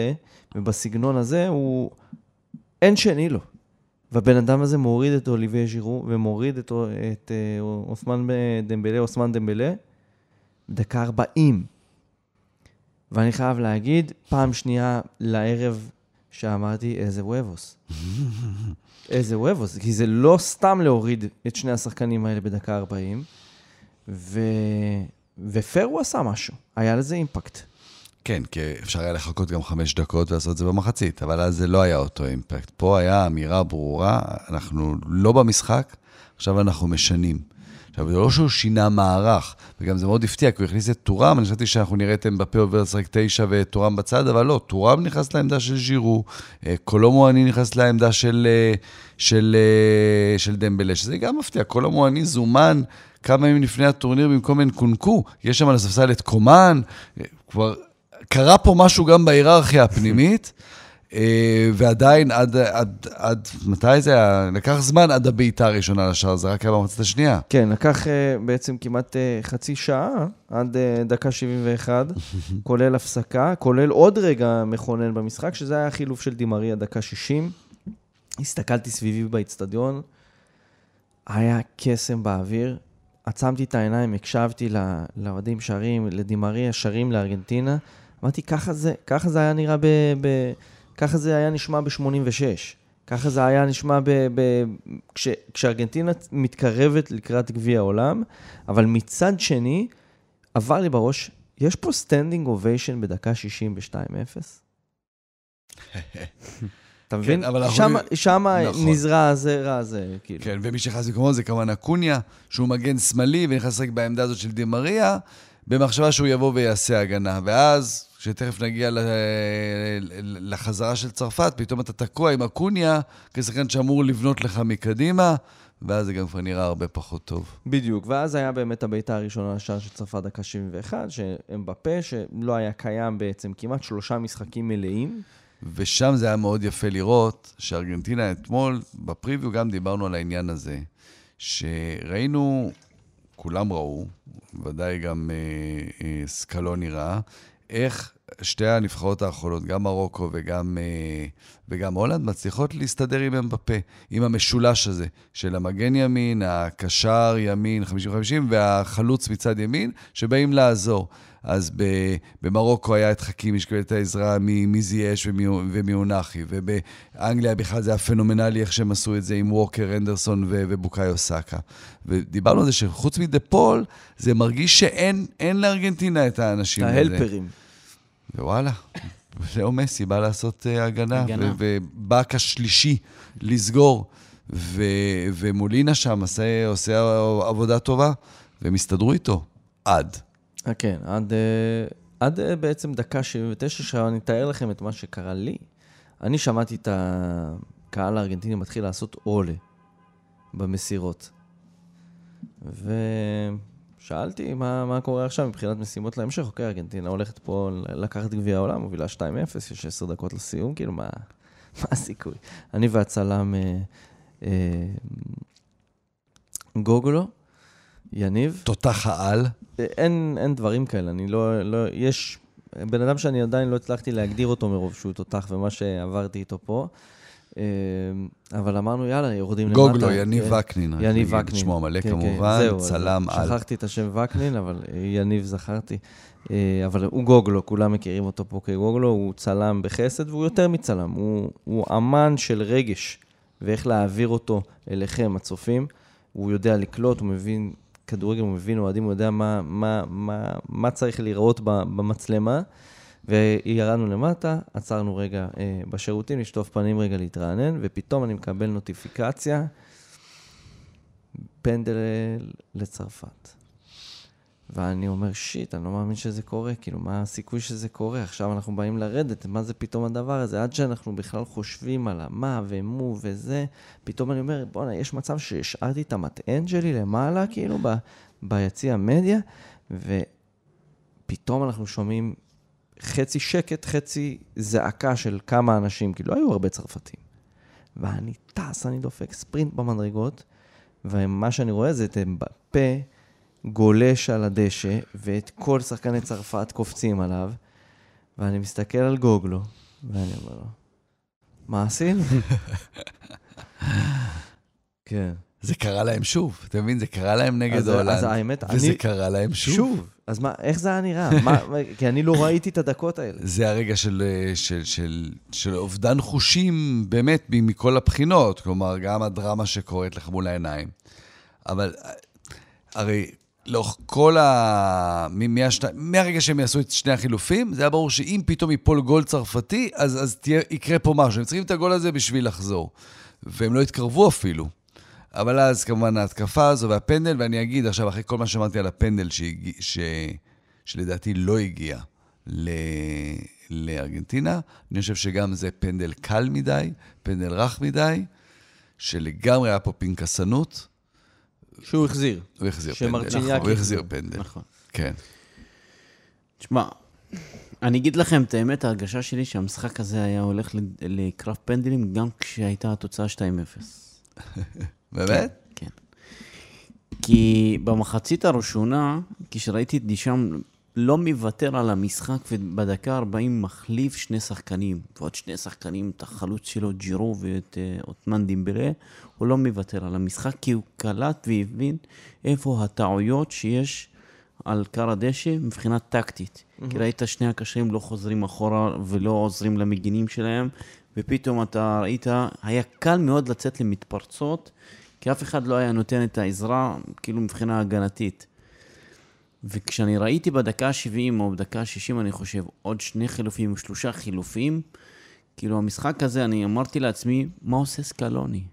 ובסגנון הזה הוא... אין שני לו. והבן אדם הזה מוריד את אוליביה ז'ירו, ומוריד את, את אוסמן דמבלה, אוסמן דמבלה, בדקה ארבעים. ואני חייב להגיד, פעם שנייה לערב שאמרתי, איזה וובוס. איזה וובוס, כי זה לא סתם להוריד את שני השחקנים האלה בדקה ארבעים, ו... ופייר הוא עשה משהו, היה לזה אימפקט. כן, כי אפשר היה לחכות גם חמש דקות ולעשות את זה במחצית, אבל אז זה לא היה אותו אימפקט. פה היה אמירה ברורה, אנחנו לא במשחק, עכשיו אנחנו משנים. עכשיו, זה לא שהוא שינה מערך, וגם זה מאוד הפתיע, כי הוא הכניס את טורם, אני חשבתי שאנחנו נראה את אמבפה עובר לשחק תשע וטורם בצד, אבל לא, טורם נכנס לעמדה של ז'ירו, קולומואני נכנס לעמדה של, של, של דמבלה, שזה גם מפתיע, קולומואני זומן כמה ימים לפני הטורניר במקום אנקונקו, יש שם על הספסל את קומן, כבר קרה פה משהו גם בהיררכיה הפנימית, ועדיין עד, עד, עד, מתי זה היה? לקח זמן עד הבעיטה הראשונה לשער, זה רק היה במחצית השנייה. כן, לקח בעצם כמעט חצי שעה, עד דקה שבעים ואחת, כולל הפסקה, כולל עוד רגע מכונן במשחק, שזה היה חילוף של דימריה, דקה שישים. הסתכלתי סביבי באצטדיון, היה קסם באוויר, עצמתי את העיניים, הקשבתי לאוהדים שרים, לדימריה שרים לארגנטינה, אמרתי, ככה זה, ככה זה היה נראה ב... ב ככה זה היה נשמע ב-שמונים ושש. ככה זה היה נשמע ב... ב כש, כשארגנטינה מתקרבת לקראת גביע העולם, אבל מצד שני, עבר לי בראש, יש פה סטנדינג אוביישן בדקה שישים ושתיים אפס? אתה מבין? שם נזרע הזרע הזה. כן, ומי שחז בקומו זה כמובן אקוניה, שהוא מגן שמאלי ונכנס רק בעמדה הזאת של דימריה, במחשבה שהוא יבוא ויעשה הגנה. ואז, כשתכף נגיע לחזרה של צרפת, פתאום אתה תקוע עם אקוניה, כשחקן שאמור לבנות לך מקדימה, ואז זה גם כבר נראה הרבה פחות טוב. בדיוק, ואז היה באמת הבעיטה הראשונה לשער של צרפת דקה שבעים ואחת, שאמבפה, שלא היה קיים בעצם כמעט שלושה משחקים מלאים. ושם זה היה מאוד יפה לראות שארגנטינה אתמול, בפריוויו גם דיברנו על העניין הזה, שראינו, כולם ראו, ודאי גם אה, אה, סקלוני ראה, איך שתי הנבחרות האחרונות, גם מרוקו וגם, אה, וגם הולנד, מצליחות להסתדר עם אמבפה, עם המשולש הזה, של המגן ימין, הקשר ימין, חמישים חמישים, והחלוץ מצד ימין, שבאים לעזור. אז במרוקו היה את חכים, שקיבל את העזרה מזייש ומיונחי, ובאנגליה בכלל זה היה פנומנלי איך שהם עשו את זה עם ווקר, אנדרסון ובוקאיו סאקה. ודיברנו על זה שחוץ מדפול, זה מרגיש שאין לארגנטינה את האנשים האלה. ההלפרים. ווואלה, זהו מסי, בא לעשות הגנה, ובא כשלישי לסגור, ומולינה שם עושה עבודה טובה, והם הסתדרו איתו עד. כן, עד, עד בעצם דקה שבעים ותשע, שאני אתאר לכם את מה שקרה לי. אני שמעתי את הקהל הארגנטיני מתחיל לעשות עולה במסירות. ושאלתי מה, מה קורה עכשיו מבחינת משימות להמשך. אוקיי, ארגנטינה הולכת פה לקחת גביע העולם, מובילה שתיים אפס, יש עשר דקות לסיום, כאילו מה, מה הסיכוי? אני והצלם אה, אה, גוגולו, יניב. תותח העל. אין, אין דברים כאלה, אני לא, לא, יש, בן אדם שאני עדיין לא הצלחתי להגדיר אותו מרוב שהוא תותח ומה שעברתי איתו פה, אבל אמרנו, יאללה, יורדים למטה. גוגלו, יניב וקנין. יניב וקנין. שמו המלא כמובן, צלם על. שכחתי את השם וקנין, אבל יניב זכרתי. אבל הוא גוגלו, כולם מכירים אותו פה כגוגלו, הוא צלם בחסד, והוא יותר מצלם. הוא, הוא אמן של רגש, ואיך להעביר אותו אליכם, הצופים. הוא יודע לקלוט, הוא מבין כדורגל, הוא מבין אוהדים, הוא יודע מה, מה, מה, מה צריך לראות במצלמה, וירדנו למטה, עצרנו רגע אה, בשירותים, לשטוף פנים רגע להתרענן, ופתאום אני מקבל נוטיפיקציה, פנדל לצרפת. ואני אומר, שיט, אני לא מאמין שזה קורה, כאילו, מה הסיכוי שזה קורה? עכשיו אנחנו באים לרדת, מה זה פתאום הדבר הזה? עד שאנחנו בכלל חושבים על מה ומו וזה, פתאום אני אומר, בוא'נה, יש מצב שהשארתי את המטען שלי למעלה, כאילו, ב, ביציע המדיה, ופתאום אנחנו שומעים חצי שקט, חצי זעקה של כמה אנשים, כאילו, לא היו הרבה צרפתים. ואני טס, אני דופק ספרינט במדרגות, ומה שאני רואה זה את אמבפה, גולש על הדשא, ואת כל שחקני צרפת קופצים עליו, ואני מסתכל על גוגלו, ואני אומר לו, מה עשינו? כן. זה קרה להם שוב, אתה מבין? זה קרה להם נגד הולנד. אז האמת, וזה אני... קרה להם שוב. שוב. אז מה, איך זה היה נראה? מה, כי אני לא ראיתי את הדקות האלה. זה הרגע של, של, של, של אובדן חושים, באמת, מכל הבחינות. כלומר, גם הדרמה שקורית לך מול העיניים. אבל, הרי, לאורך כל ה... מהשת... מהרגע שהם יעשו את שני החילופים, זה היה ברור שאם פתאום ייפול גול צרפתי, אז, אז תהיה, יקרה פה משהו. הם צריכים את הגול הזה בשביל לחזור. והם לא התקרבו אפילו. אבל אז כמובן ההתקפה הזו והפנדל, ואני אגיד עכשיו, אחרי כל מה שאמרתי על הפנדל, שהגיע, ש... שלדעתי לא הגיע ל... לארגנטינה, אני חושב שגם זה פנדל קל מדי, פנדל רך מדי, שלגמרי היה פה פנקסנות. שהוא החזיר. הוא החזיר פנדל. נכון, הוא החזיר פנדל. נכון. כן. תשמע, אני אגיד לכם את האמת, ההרגשה שלי שהמשחק הזה היה הולך לקרב פנדלים, גם כשהייתה התוצאה שתיים אפס. באמת? כן. כי במחצית הראשונה, כשראיתי את דישם לא מוותר על המשחק, ובדקה ארבעים מחליף שני שחקנים, ועוד שני שחקנים, את החלוץ שלו, ג'ירו ואת אוטמן דימבלה, הוא לא מוותר על המשחק, כי הוא קלט והבין איפה הטעויות שיש על קר הדשא מבחינת טקטית. Mm-hmm. כי ראית שני הקשרים לא חוזרים אחורה ולא עוזרים למגינים שלהם, ופתאום אתה ראית, היה קל מאוד לצאת למתפרצות, כי אף אחד לא היה נותן את העזרה, כאילו מבחינה הגנתית. וכשאני ראיתי בדקה ה-שבעים או בדקה ה-שישים, אני חושב, עוד שני חילופים, שלושה חילופים, כאילו המשחק הזה, אני אמרתי לעצמי, מה עושה סקלוני?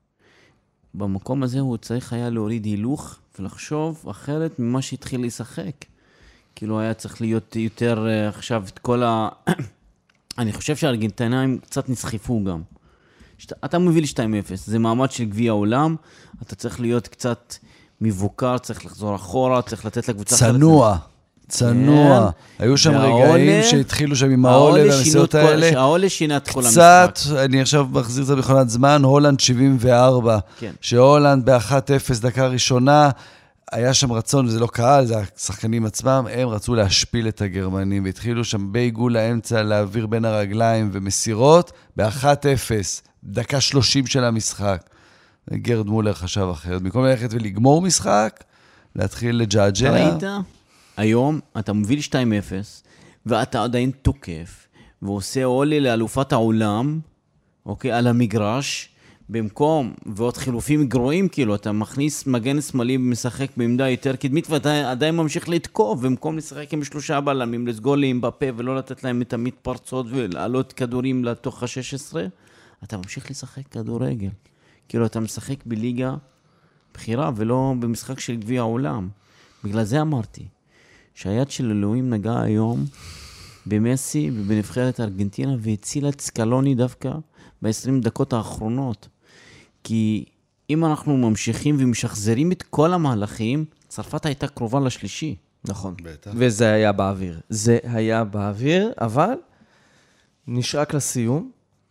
במקום הזה הוא צריך היה להוריד הילוך ולחשוב אחרת ממה שהתחיל לשחק. כאילו היה צריך להיות יותר uh, עכשיו את כל ה... אני חושב שהארגנטינאים קצת נסחפו גם. שת... אתה מביא ל-שתיים אפס, זה מעמד של גביע העולם, אתה צריך להיות קצת מבוקר, צריך לחזור אחורה, צריך לתת לקבוצה... צנוע, צנוע. היו שם רגעים שהתחילו שם עם העולה והנסיעות האלה. העולה שינה את כל המשחק. קצת, אני עכשיו מחזיר את זה בכונת זמן, הולנד שבעים וארבע, שהולנד ב-אחת אפס דקה ראשונה, היה שם רצון, וזה לא קהל, זה השחקנים עצמם, הם רצו להשפיל את הגרמנים, והתחילו שם בעיגול לאמצע להעביר בין הרגליים ומסירות, ב-אחת אפס, דקה שלושים של המשחק. גרד מולר חשב אחרת. במקום ללכת ולגמור משחק, להתחיל לג'אג'ה. ראית? היום אתה מוביל שתיים אפס, ואתה עדיין תוקף, ועושה עולה לאלופת העולם, אוקיי, על המגרש, במקום, ועוד חילופים גרועים, כאילו, אתה מכניס מגן שמאלי ומשחק בעמדה יותר קדמית, ואתה עדיין ממשיך לתקוף, במקום לשחק עם שלושה בלמים, לסגול לי עם בפה, ולא לתת להם את המתפרצות, ולעלות כדורים לתוך ה-שש עשרה, אתה ממשיך לשחק כדורגל. כאילו, אתה משחק בליגה בחירה, ולא במשחק של גביע העולם. בגלל זה אמרתי, שהיד של אלוהים נגע היום במסי ובנבחרת ארגנטינה, והצילה את סקלוני דווקא ב-עשרים דקות האחרונות. כי אם אנחנו ממשיכים ומשחזרים את כל המהלכים, צרפת הייתה קרובה לשלישי. נכון. בטח. וזה היה באוויר. זה היה באוויר, אבל נשרק לסיום.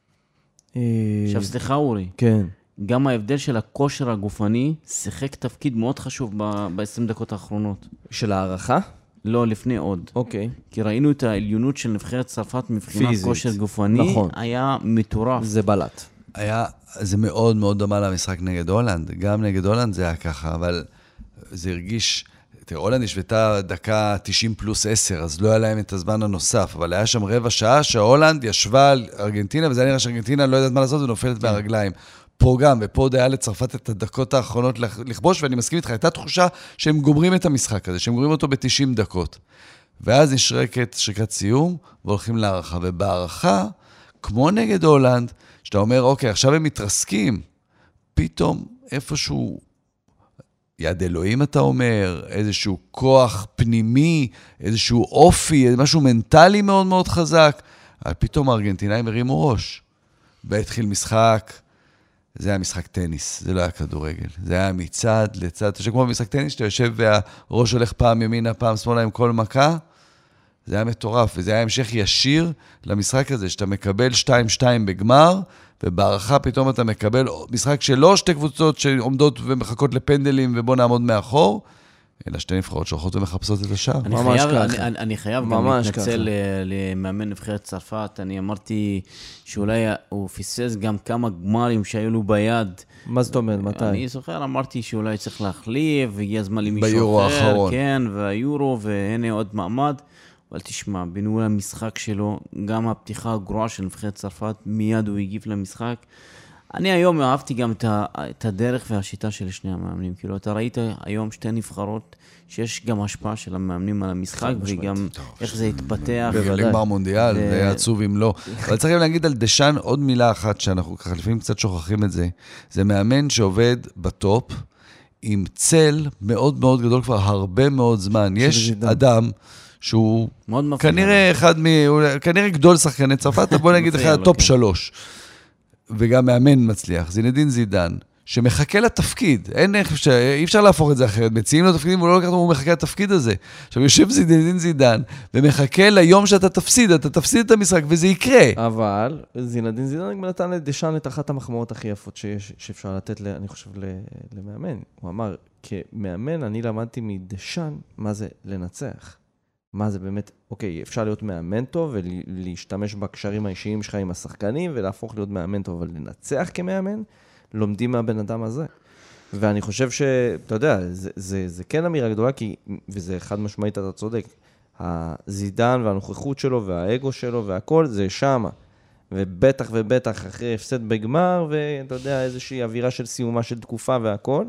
עכשיו, סליחה אורי. כן. גם ההבדל של הכושר הגופני שיחק תפקיד מאוד חשוב ב-עשרים דקות האחרונות. של הערכה? לא, לפני עוד. אוקיי. כי ראינו את העליונות של נבחרת צרפת מבחינת כושר גופני. נכון. היה מטורף. זה בלט. היה, זה מאוד מאוד דומה למשחק נגד הולנד. גם נגד הולנד זה היה ככה, אבל זה הרגיש... תראה, הולנד השוותה דקה תשעים פלוס עשר, אז לא היה להם את הזמן הנוסף, אבל היה שם רבע שעה שההולנד ישבה על ארגנטינה, וזה נראה שארגנטינה לא יודעת מה לעשות ונופלת מהרגליים. פה גם, ופה עוד היה לצרפת את הדקות האחרונות לכבוש, ואני מסכים איתך, הייתה תחושה שהם גומרים את המשחק הזה, שהם גומרים אותו ב-תשעים דקות. ואז נשרקת שריקת סיום, והולכים להערכה. ובהערכה, כמו נגד הולנד, שאתה אומר, אוקיי, עכשיו הם מתרסקים, פתאום איפשהו, יד אלוהים אתה אומר, איזשהו כוח פנימי, איזשהו אופי, משהו מנטלי מאוד מאוד חזק, אבל פתאום הארגנטינאים הרימו ראש. והתחיל משחק, זה היה משחק טניס, זה לא היה כדורגל. זה היה מצד לצד, אתה חושב כמו במשחק טניס, שאתה יושב והראש הולך פעם ימינה, פעם שמאלה עם כל מכה, זה היה מטורף, וזה היה המשך ישיר למשחק הזה, שאתה מקבל שתיים שתיים בגמר, ובערכה פתאום אתה מקבל משחק שלא שתי קבוצות שעומדות ומחכות לפנדלים, ובוא נעמוד מאחור, אלא שתי נבחרות שהולכות ומחפשות את השער. אני ממש חייב, ככה. אני, אני, אני חייב גם ממש להתנצל ככה. למאמן נבחרת צרפת. אני אמרתי שאולי הוא פיסס גם כמה גמרים שהיו לו ביד. מה זאת אומרת, מתי? אני זוכר, אמרתי שאולי צריך להחליף, והגיע הזמן למישהו אחר. ביורו האחרון. כן, והיורו, והנה עוד מעמד. אבל תשמע, בניהול המשחק שלו, גם הפתיחה הגרועה של נבחרת צרפת, מיד הוא הגיב למשחק. אני היום אהבתי גם את, ה, את הדרך והשיטה של שני המאמנים. כאילו, אתה ראית היום שתי נבחרות שיש גם השפעה של המאמנים על המשחק, וגם איך זה התפתח. לגמר מונדיאל, זה היה עצוב אם לא. אבל צריך להגיד על דשן עוד מילה אחת, שאנחנו ככה לפעמים קצת שוכחים את זה. זה מאמן שעובד בטופ, עם צל מאוד מאוד גדול כבר הרבה מאוד זמן. יש אדם שהוא כנראה אחד מ... כנראה גדול שחקני צרפת, בוא נגיד אחד הטופ שלוש. וגם מאמן מצליח, זינדין זידן, שמחכה לתפקיד, אין איך אפשר, אי אפשר להפוך את זה אחרת, מציעים לו תפקידים, הוא לא לקחת, הוא מחכה לתפקיד הזה. עכשיו יושב זינדין זידן, ומחכה ליום שאתה תפסיד, אתה תפסיד את המשחק, וזה יקרה. אבל זינדין זידן גם נתן לדשן את אחת המחמאות הכי יפות שיש, שאפשר לתת, אני חושב, למאמן. הוא אמר, כמאמן אני למדתי מדשן מה זה לנצח. מה זה באמת, אוקיי, אפשר להיות מאמן טוב ולהשתמש בקשרים האישיים שלך עם השחקנים ולהפוך להיות מאמן טוב, אבל לנצח כמאמן, לומדים מהבן אדם הזה. ואני חושב שאתה יודע, זה, זה, זה כן אמירה גדולה, כי, וזה חד משמעית, אתה צודק, הזידן והנוכחות שלו והאגו שלו והכל, זה שמה. ובטח ובטח אחרי הפסד בגמר, ואתה יודע, איזושהי אווירה של סיומה של תקופה והכל.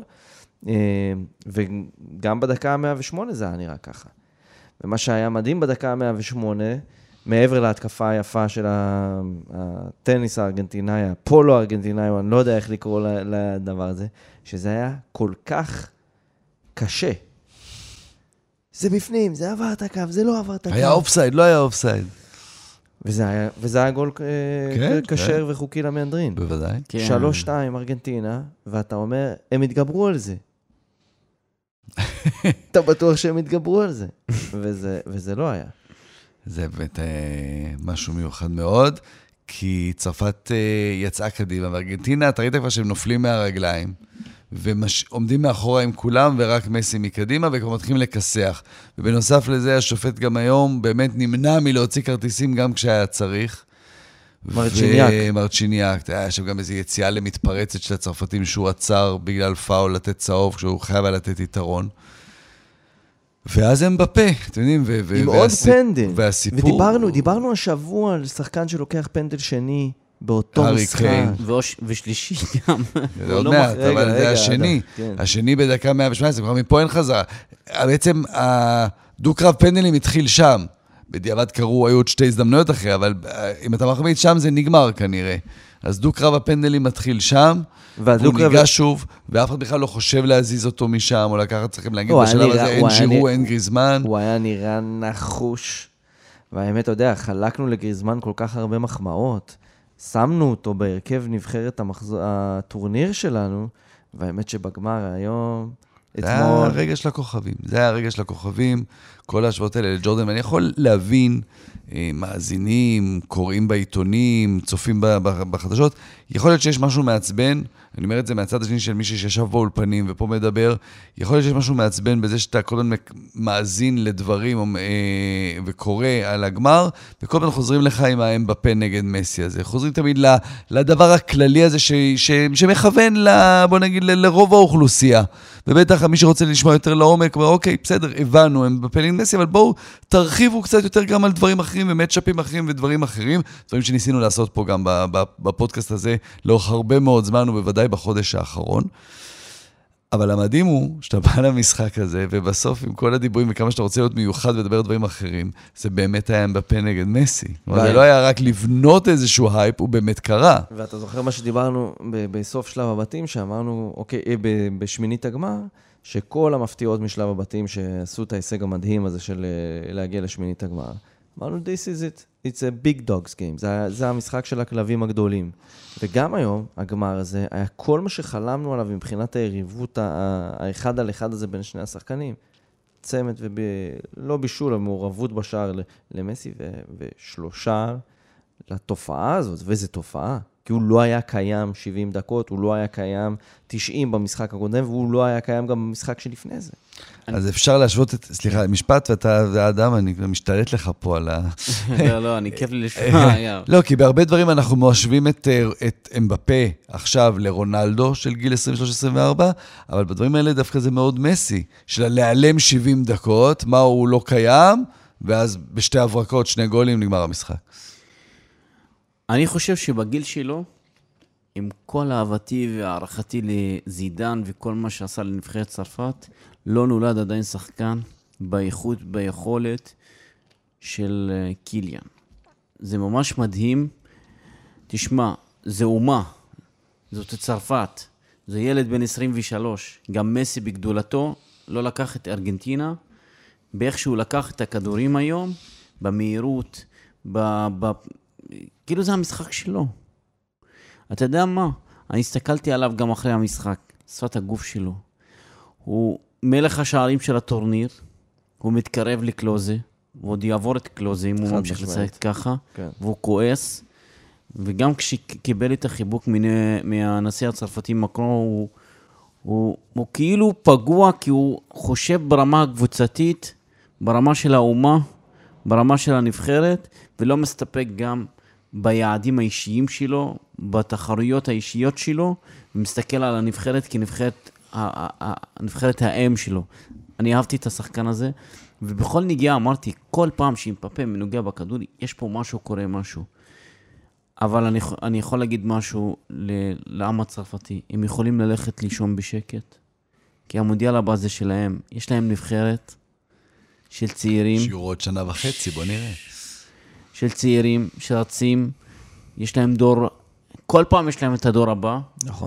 וגם בדקה ה-מאה ושמונה זה היה נראה ככה. ומה שהיה מדהים בדקה ה-מאה ושמונה, מעבר להתקפה היפה של הטניס הארגנטינאי, הפולו הארגנטינאי, אני לא יודע איך לקרוא לדבר הזה, שזה היה כל כך קשה. זה בפנים, זה עבר את הקו, זה לא עבר את הקו. היה אופסייד, לא היה אופסייד. וזה היה, וזה היה גול כן, כשר כן. וחוקי למהדרין. בוודאי. כן. שלוש שתיים ארגנטינה, ואתה אומר, הם התגברו על זה. אתה בטוח שהם התגברו על זה. וזה, וזה לא היה. זה באמת אה, משהו מיוחד מאוד, כי צרפת אה, יצאה קדימה, וארגנטינה, אתה ראית כבר שהם נופלים מהרגליים, ועומדים מאחורה עם כולם, ורק מסי מקדימה, וכבר מתחילים לקסח. ובנוסף לזה, השופט גם היום באמת נמנע מלהוציא כרטיסים גם כשהיה צריך. מרצ'יניאק. מרצ'יניאק. היה שם גם איזו יציאה למתפרצת של הצרפתים, שהוא עצר בגלל פאול לתת צהוב, כשהוא חייב לתת יתרון. ואז הם בפה, אתם יודעים, ו- ו- עם עוד פנדל. והסיפור... ודיברנו, דיברנו השבוע על שחקן שלוקח פנדל שני באותו משחק. ושלישי גם. זה עוד מעט, אבל זה השני. השני בדקה מאה ושמונה עשרה, כבר מפה אין חזרה. בעצם הדו-קרב פנדלים התחיל שם. בדיעבד קראו, היו עוד שתי הזדמנויות אחרי, אבל אם אתה מחמיד שם זה נגמר כנראה. אז דו-קרב הפנדלים מתחיל שם, והוא ניגש שוב, ואף אחד בכלל לא חושב להזיז אותו משם, או לקחת צריכים להגיד בשלב הזה, אין ג'ירו, אין גריזמן. הוא היה נראה נחוש, והאמת, אתה יודע, חלקנו לגריזמן כל כך הרבה מחמאות, שמנו אותו בהרכב נבחרת הטורניר שלנו, והאמת שבגמר היום... זה היה הרגע של הכוכבים, זה היה הרגע של הכוכבים, כל ההשוואות האלה לג'ורדן, ואני יכול להבין, מאזינים, קוראים בעיתונים, צופים בחדשות, יכול להיות שיש משהו מעצבן, אני אומר את זה מהצד השני של מישהו שישב באולפנים ופה מדבר, יכול להיות שיש משהו מעצבן בזה שאתה קודם מאזין לדברים וקורא על הגמר, וכל פעם חוזרים לך עם האמבפה נגד מסי הזה, חוזרים תמיד לדבר הכללי הזה ש, ש, שמכוון, בוא נגיד, לרוב האוכלוסייה, ובטח מי שרוצה לשמוע יותר לעומק, אומר, אוקיי, בסדר, הבנו, הם בפלין מסי, אבל בואו תרחיבו קצת יותר גם על דברים אחרים, ומצ'אפים אחרים ודברים אחרים, דברים שניסינו לעשות פה גם בפודקאסט הזה, לאורך הרבה מאוד זמן, ובוודאי בחודש האחרון. אבל המדהים הוא, שאתה בא למשחק הזה, ובסוף עם כל הדיבורים, וכמה שאתה רוצה להיות מיוחד ודבר דברים אחרים, זה באמת היה אמבפה נגד מסי. זה לא היה רק לבנות איזשהו הייפ, הוא באמת קרה. ואתה זוכר מה שדיברנו בסוף שלב הבתים, שאמרנו, אוקיי, בשמינית הגמר, שכל המפתיעות משלב הבתים שעשו את ההישג המדהים הזה של להגיע לשמינית הגמר, אמרנו, this is it, it's a big dogs game, זה, זה המשחק של הכלבים הגדולים. וגם היום, הגמר הזה, היה כל מה שחלמנו עליו מבחינת היריבות האחד על אחד הזה בין שני השחקנים. צמת ולא בישול, המעורבות בשער למסי ושלושה לתופעה הזאת, וזו תופעה. כי הוא לא היה קיים שבעים דקות, הוא לא היה קיים תשעים במשחק הקודם, והוא לא היה קיים גם במשחק שלפני זה. אז אפשר להשוות את, סליחה, משפט, ואתה, והאדם, אני משתלט לך פה על ה... לא, לא, אני כיף לי לשמוע. לא, כי בהרבה דברים אנחנו מושווים את, את אמבפה עכשיו לרונלדו של גיל עשרים ושלוש עשרים וארבע, אבל בדברים האלה דווקא זה מאוד מסי, של להיעלם שבעים דקות, מה הוא לא קיים, ואז בשתי הברקות, שני גולים, נגמר המשחק. אני חושב שבגיל שלו, עם כל אהבתי והערכתי לזידן וכל מה שעשה לנבחרת צרפת, לא נולד עדיין שחקן באיכות, ביכולת של קיליאן. זה ממש מדהים. תשמע, זה אומה, זאת צרפת, זה ילד בן עשרים ושלוש, גם מסי בגדולתו לא לקח את ארגנטינה, באיך שהוא לקח את הכדורים היום, במהירות, ב... ב... כאילו זה המשחק שלו. אתה יודע מה? אני הסתכלתי עליו גם אחרי המשחק, שפת הגוף שלו. הוא מלך השערים של הטורניר, הוא מתקרב לקלוזה, ועוד יעבור את קלוזה אם הוא ממשיך לשחק ככה, כן. והוא כועס, וגם כשקיבל את החיבוק מהנשיא הצרפתי מקרון, הוא, הוא, הוא כאילו פגוע, כי הוא חושב ברמה הקבוצתית, ברמה של האומה, ברמה של הנבחרת, ולא מסתפק גם ביעדים האישיים שלו, בתחרויות האישיות שלו, ומסתכל על הנבחרת כנבחרת, הנבחרת האם שלו. אני אהבתי את השחקן הזה, ובכל נגיעה אמרתי, כל פעם שאמבפה מנוגע בכדור, יש פה משהו, קורה משהו. אבל אני, אני יכול להגיד משהו לעם הצרפתי, הם יכולים ללכת לישון בשקט, כי המונדיאל הבא זה שלהם, יש להם נבחרת של צעירים. שיעור עוד שנה וחצי, בוא נראה. של צעירים שרצים, יש להם דור, כל פעם יש להם את הדור הבא. נכון.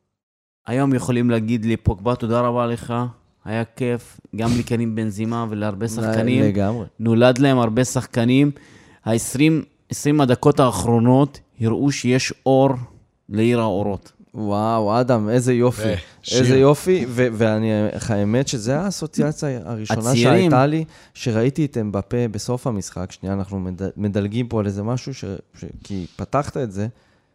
היום יכולים להגיד לי, פוגבה, תודה רבה לך, היה כיף, גם לקרים בנזימה ולהרבה שחקנים. לגמרי. נולד להם הרבה שחקנים. ה-עשרים, עשרים הדקות האחרונות הראו שיש אור לעיר האורות. וואו, אדם, איזה יופי. איזה יופי, ואני, האמת שזה האסוציאציה הראשונה שהייתה לי, שראיתי את אמבפה בסוף המשחק, שנייה, אנחנו מדלגים פה על איזה משהו, כי פתחת את זה,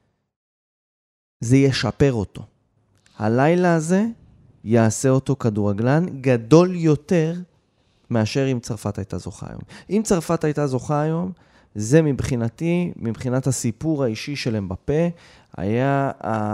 זה ישפר אותו. הלילה הזה יעשה אותו כדורגלן גדול יותר מאשר אם צרפת הייתה זוכה היום. אם צרפת הייתה זוכה היום, זה מבחינתי, מבחינת הסיפור האישי של אמבפה, היה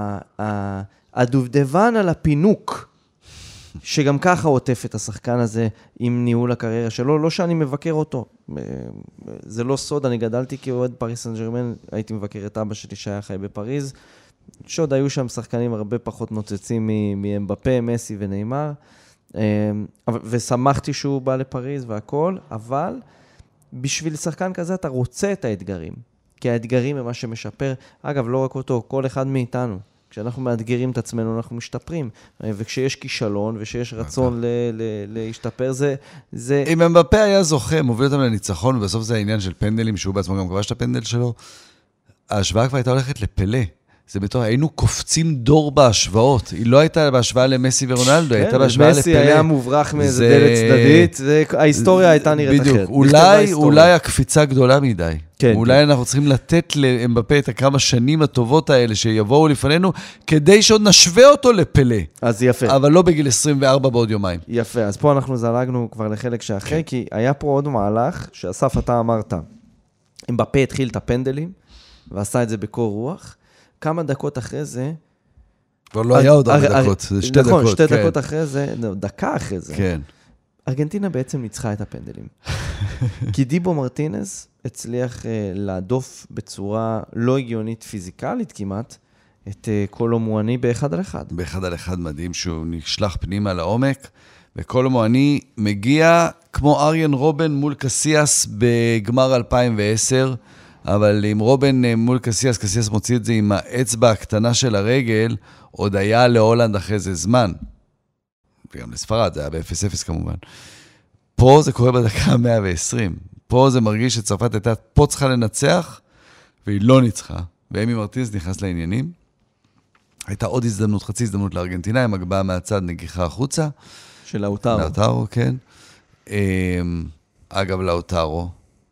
הדובדבן על הפינוק, שגם ככה עוטף את השחקן הזה עם ניהול הקריירה שלו, לא שאני מבקר אותו. זה לא סוד, אני גדלתי כאוהד פריס סן ז'רמן, הייתי מבקר את אבא שלי שהיה חי בפריז, שעוד היו שם שחקנים הרבה פחות נוצצים מאמבפה, מסי וניימר, ושמחתי שהוא בא לפריז והכל, אבל בשביל שחקן כזה אתה רוצה את האתגרים, כי האתגרים הם מה שמשפר, אגב, לא רק אותו, כל אחד מאיתנו. כשאנחנו מאתגרים את עצמנו, אנחנו משתפרים. וכשיש כישלון, וכשיש רצון ל- ל- להשתפר, זה... זה... אם אמבפה היה זוכה, מוביל אותם לניצחון, ובסוף זה העניין של פנדלים, שהוא בעצמו גם כבש את הפנדל שלו, ההשוואה כבר הייתה הולכת לפלא. זה בתור, היינו קופצים דור בהשוואות. היא לא הייתה בהשוואה למסי ורונלדו, היא הייתה בהשוואה לפלא. מסי היה מוברח מאיזה דלת צדדית, ההיסטוריה הייתה נראית אחרת. בדיוק, אולי, אולי הקפיצה גדולה מדי. אולי אנחנו צריכים לתת לאמבפה את הכמה שנים הטובות האלה שיבואו לפנינו, כדי שעוד נשווה אותו לפלא. אז יפה. אבל לא בגיל עשרים וארבע בעוד יומיים. יפה, אז פה אנחנו זלגנו כבר לחלק שאחרי, כי היה פה עוד מהלך, שאסף אתה אמרת, אמבפה התחיל את הפנדלים, ועשה את זה בקור רוח, כמה דקות אחרי זה... כבר לא היה עוד הרבה דקות, זה שתי דקות. נכון, שתי דקות אחרי זה, דקה אחרי זה. כן. ארגנטינה בעצם ניצחה את הפנדלים. כי דיבו מרטינז הצליח להדוף בצורה לא הגיונית פיזיקלית כמעט, את קולו מואני באחד על אחד. באחד על אחד מדהים שהוא נשלח פנימה לעומק, וקולו מואני מגיע כמו אריאן רובן מול קסיאס בגמר אלפיים ועשר, אבל עם רובן מול קסיאס, קסיאס מוציא את זה עם האצבע הקטנה של הרגל, עוד היה להולנד אחרי זה זמן. וגם לספרד, זה היה ב-אפס אפס כמובן. פה זה קורה בדקה מאה ועשרים. פה זה מרגיש שצרפת הייתה פה צריכה לנצח, והיא לא ניצחה. ואמי מרטינס נכנס לעניינים. הייתה עוד הזדמנות, חצי הזדמנות לארגנטינה, עם הגבהה מהצד נגיחה החוצה. של לאוטרו. לאוטרו, כן. אגב, לאוטרו.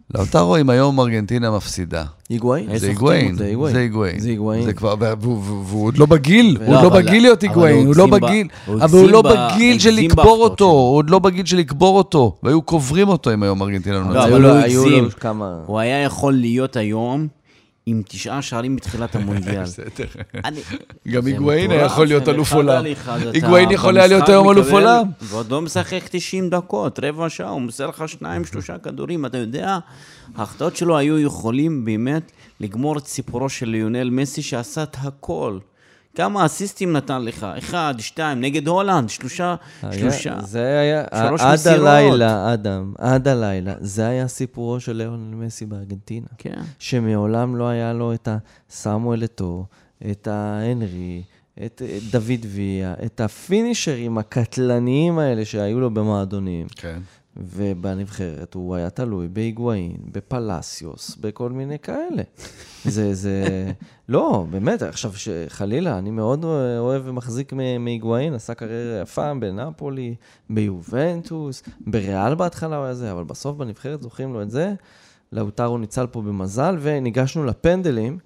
לאוטרו, אם היום ארגנטינה מפסידה. היגואין? זה היגואין. זה היגואין. זה היגואין. זה היגואין. זה כבר, והוא עוד לא בגיל, הוא לא, לא אבל- בגיל להיות אבל היגואין, הוא הוא לא הגזים ב- בגיל, הוא אבל הוא לא הגזים ב- בגיל של הגזים לקבור בהחלטות אותו, שלו. הוא עוד לא בגיל של לקבור אותו, והיו קוברים אותו אם היום ארגנטינה לא לא, נצחה. אבל היו הוא לו- היו לו הגזים. כמה... הוא היה יכול להיות היום עם תשעה שערים בתחילת המונדיאל. בסדר. אני- גם זה היגואין מטורף, היה יכול להיות זה אלוף אחד עולם. על אחד, אתה היגואין יכול היה להיות במשחק היום אלוף מקבל- עולם. ועוד לא משחק תשעים דקות, רבע שעה, הוא מוסר לך שניים, שלושה כדורים, אתה יודע, ההחטאות שלו היו יכולים באמת לגמור את סיפורו של ליונל מסי שעשה את הכל. כמה אסיסטים נתן לך? אחד, שתיים, נגד הולנד, שלושה, היה- שלושה. זה היה, שלוש עד מסירות. הלילה, אדם, עד הלילה, זה היה סיפורו של ליאונל מסי בארגנטינה. כן. שמעולם לא היה לו את הסמואל אתו, את ההנרי, את את דוד ויה, את הפינישרים הקטלניים האלה שהיו לו במועדונים. כן. ובנבחרת הוא היה תלוי בהיגואין, בפלסיוס, בכל מיני כאלה. זה, זה... לא, באמת, עכשיו שחלילה, אני מאוד אוהב ומחזיק מ- מהיגואין, עשה קריירה יפה בנאפולי, ביובנטוס, בריאל בהתחלה הוא היה זה, אבל בסוף בנבחרת זוכרים לו את זה. לאוטרו ניצל פה במזל, וניגשנו לפנדלים,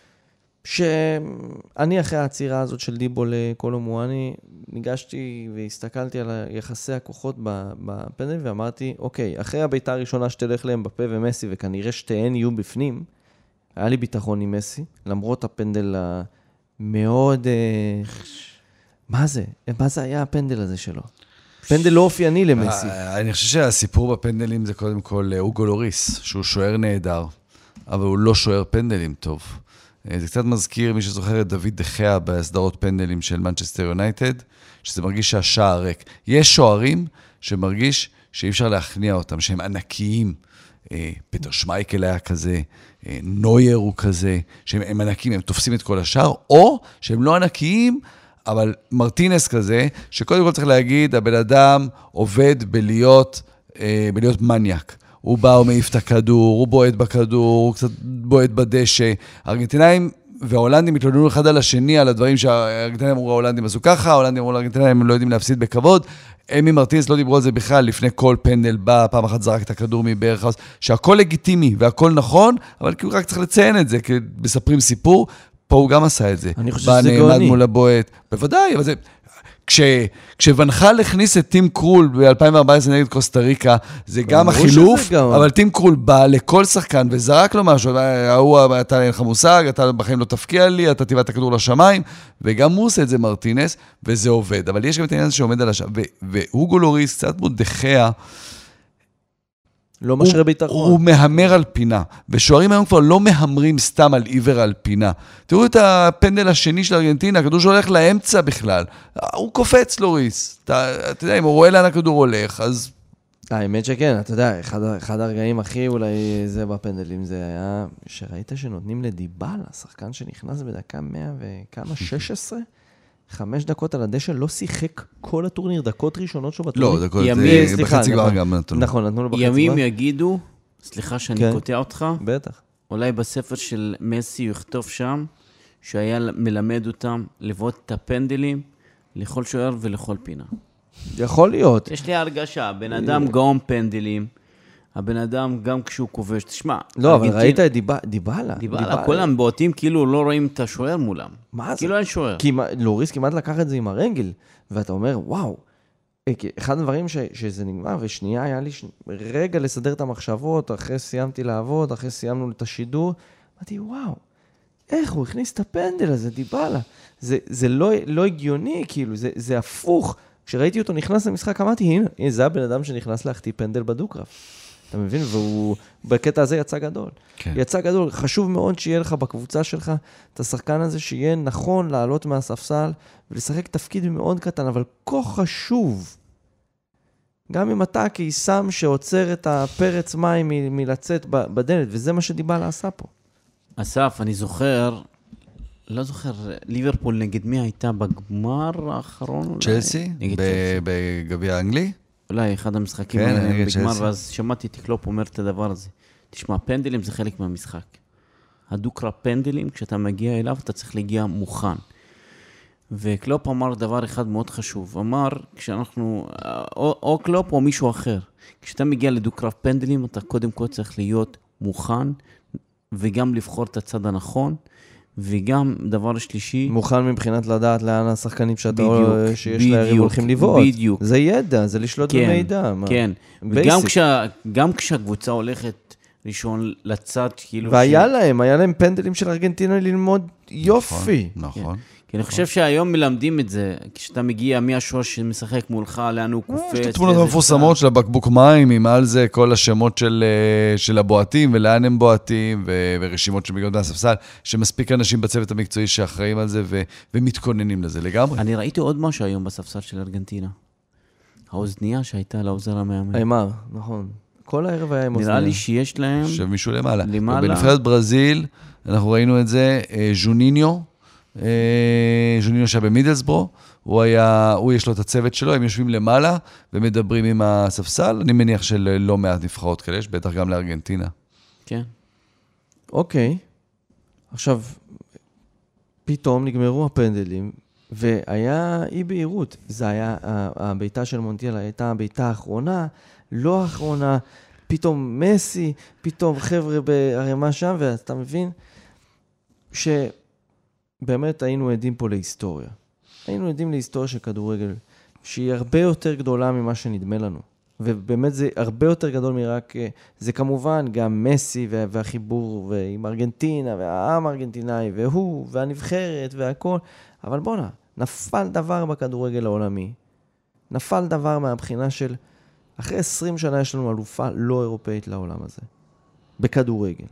שאני אחרי העצירה הזאת של דיבו לקולומואני, ניגשתי והסתכלתי על יחסי הכוחות בפנדל, ואמרתי, אוקיי, אחרי הביתה הראשונה שתלך להם בפה ומסי, וכנראה שתיהן יהיו בפנים, היה לי ביטחון עם מסי, למרות הפנדל המאוד... מה זה? מה זה היה הפנדל הזה שלו? פנדל לא אופייני למסי. אני חושב שהסיפור בפנדלים זה קודם כל אוגו לוריס, שהוא שוער נהדר, אבל הוא לא שוער פנדלים טוב. זה קצת מזכיר, מי שזוכר את דוד דחיה בסדרות פנדלים של מנצ'סטר יונייטד, שזה מרגיש שהשער ריק. יש שוערים שמרגיש שאי אפשר להכניע אותם, שהם ענקיים. פטר שמייקל היה כזה, נויר הוא כזה, שהם ענקיים, הם תופסים את כל השער, או שהם לא ענקיים, אבל מרטינס כזה, שקודם כל צריך להגיד, הבן אדם עובד בלהיות, בלהיות מניאק. הוא בא, הוא מעיף את הכדור, הוא בועט בכדור, הוא קצת בועט בדשא. הארגנטינאים וההולנדים התלוננו אחד על השני, על הדברים שהארגנטינאים אמרו, ההולנדים עשו ככה, ההולנדים אמרו, הארגנטינאים הם לא יודעים להפסיד בכבוד. אמי מרטינס לא דיברו על זה בכלל, לפני כל פנדל בא, פעם אחת זרק את הכדור מבערך האוס, שהכל לגיטימי והכל נכון, אבל כאילו רק צריך לציין את זה, כי מספרים סיפור, פה הוא גם עשה את זה. אני חושב שזה גאוני. בא נעמד מול הבועט. בוודאי, אבל זה... כש, כשוונחל הכניס את טים קרול ב-אלפיים וארבע עשרה נגד קוסטה ריקה, זה גם החילוף, אבל טים קרול בא לכל שחקן וזרק לו משהו, הוא, אתה אין לך מושג, אתה בחיים לא תפקיע לי, אתה תיבא את הכדור לשמיים, וגם הוא עושה את זה מרטינס, וזה עובד. אבל יש גם את העניין הזה שעומד על השם, והוגו לוריס קצת מודחיה, לא משרה ביטחון. הוא מהמר על פינה, ושוערים היום כבר לא מהמרים סתם על עיוור על פינה. תראו את הפנדל השני של ארגנטינה, הכדור שהולך לאמצע בכלל. הוא קופץ לוריס. אתה, אתה יודע, אם הוא רואה לאן הכדור הולך, אז... האמת שכן, אתה יודע, אחד, אחד הרגעים הכי אולי זה בפנדלים, זה היה שראית שנותנים לדיבל, השחקן שנכנס בדקה מאה וכמה, שש עשרה? חמש דקות על הדשא, לא שיחק כל הטורניר, דקות ראשונות שלו בטורניר. לא, דקות, ימים, סליחה, בחצי גמר נכון. גם נתנו. לו. נכון, נתנו לו בחצי ימים גמר. יגידו, סליחה שאני כן. קוטע אותך, בטח. אולי בספר של מסי הוא יכתוב שם, שהיה מלמד אותם לבעוט את הפנדלים לכל שוער ולכל פינה. יכול להיות. יש לי הרגשה, בן אדם גאון פנדלים, הבן אדם גם כשהוא כובש, תשמע, לא, אבל ארגנטינה- ראית את דיבה- דיבלה. דיבלה, כולם בועטים כאילו לא רואים את השוער מולם. מה זה? כאילו אין שוער. כמעט- לוריס כמעט לקח את זה עם הרגל, ואתה אומר, וואו, אחד הדברים ש, שזה נגמר, ושנייה היה לי ש... רגע לסדר את המחשבות, אחרי סיימתי לעבוד, אחרי סיימנו את השידור, אמרתי, וואו, איך הוא הכניס את הפנדל הזה, דיבלה. זה, זה לא, לא הגיוני, כאילו, זה, זה הפוך. כשראיתי אותו נכנס למשחק, אמרתי, הנה, הנה, זה הבן אדם שנכנס להחטיא פנדל בדו-קרב. אתה מבין? והוא, בקטע הזה יצא גדול. כן. יצא גדול. חשוב מאוד שיהיה לך בקבוצה שלך את השחקן הזה, שיהיה נכון לעלות מהספסל ולשחק תפקיד מאוד קטן, אבל כה חשוב. גם אם אתה כיסם שעוצר את הפרץ מים מ- מלצאת ב- בדלת, וזה מה שדיבלה עשה פה. אסף, אני זוכר, לא זוכר, ליברפול נגד מי הייתה בגמר האחרון? אולי? צ'לסי? נגד ב- צ'לסי. בגביע האנגלי? אולי אחד המשחקים כן, האלה נגד בגמר, צ'לסי. ואז שמעתי את קלופ אומר את הדבר הזה. תשמע, פנדלים זה חלק מהמשחק. הדו-קרב פנדלים, כשאתה מגיע אליו, אתה צריך להגיע מוכן. וקלופ אמר דבר אחד מאוד חשוב, אמר, כשאנחנו, או, או קלופ או מישהו אחר, כשאתה מגיע לדו-קרב פנדלים, אתה קודם כל צריך להיות מוכן, וגם לבחור את הצד הנכון, וגם דבר שלישי... מוכן מבחינת לדעת לאן השחקנים שאתה בדיוק, או שיש בדיוק, להם הולכים לבעוט. בדיוק. זה ידע, זה לשלוט כן, במידע. כן, וגם כשה, גם כשהקבוצה הולכת ראשון לצד, כאילו... והיה ש... להם, היה להם פנדלים של ארגנטינה ללמוד יופי. נכון, נכון. כי אני חושב שהיום מלמדים את זה, כשאתה מגיע מהשור שמשחק מולך, לאן הוא קופץ. יש את התמונות המפורסמות של הבקבוק מים, עם על זה כל השמות של, של הבועטים, ולאן הם בועטים, ו- ורשימות שמגיעות מהספסל, שמספיק אנשים בצוות המקצועי שאחראים על זה, ו- ומתכוננים לזה לגמרי. אני ראיתי עוד משהו היום בספסל של ארגנטינה. האוזנייה שהייתה לעוזר המאמן. אימר, נכון. כל הערב היה עם אוזניה. נראה לי שיש להם... שמישהו למעלה. למעלה. בנבחרת ברזיל, אנחנו ראינו את זה, ז'וניניו, ז'וניניו שהיה במידלסבורו, הוא היה, הוא יש לו את הצוות שלו, הם יושבים למעלה ומדברים עם הספסל, אני מניח של לא מעט נבחרות כאלה, יש בטח גם לארגנטינה. כן. אוקיי. עכשיו, פתאום נגמרו הפנדלים, והיה אי בהירות. זה היה, הביתה של מונטיאל הייתה הביתה האחרונה, לא האחרונה, פתאום מסי, פתאום חבר'ה בהרמה שם, ואתה מבין שבאמת היינו עדים פה להיסטוריה. היינו עדים להיסטוריה של כדורגל, שהיא הרבה יותר גדולה ממה שנדמה לנו. ובאמת זה הרבה יותר גדול מרק, זה כמובן גם מסי והחיבור עם ארגנטינה, והעם הארגנטינאי, והוא, והנבחרת, והכל. אבל בונה, נפל דבר בכדורגל העולמי. נפל דבר מהבחינה של, אחרי עשרים שנה יש לנו אלופה לא אירופאית לעולם הזה. בכדורגל.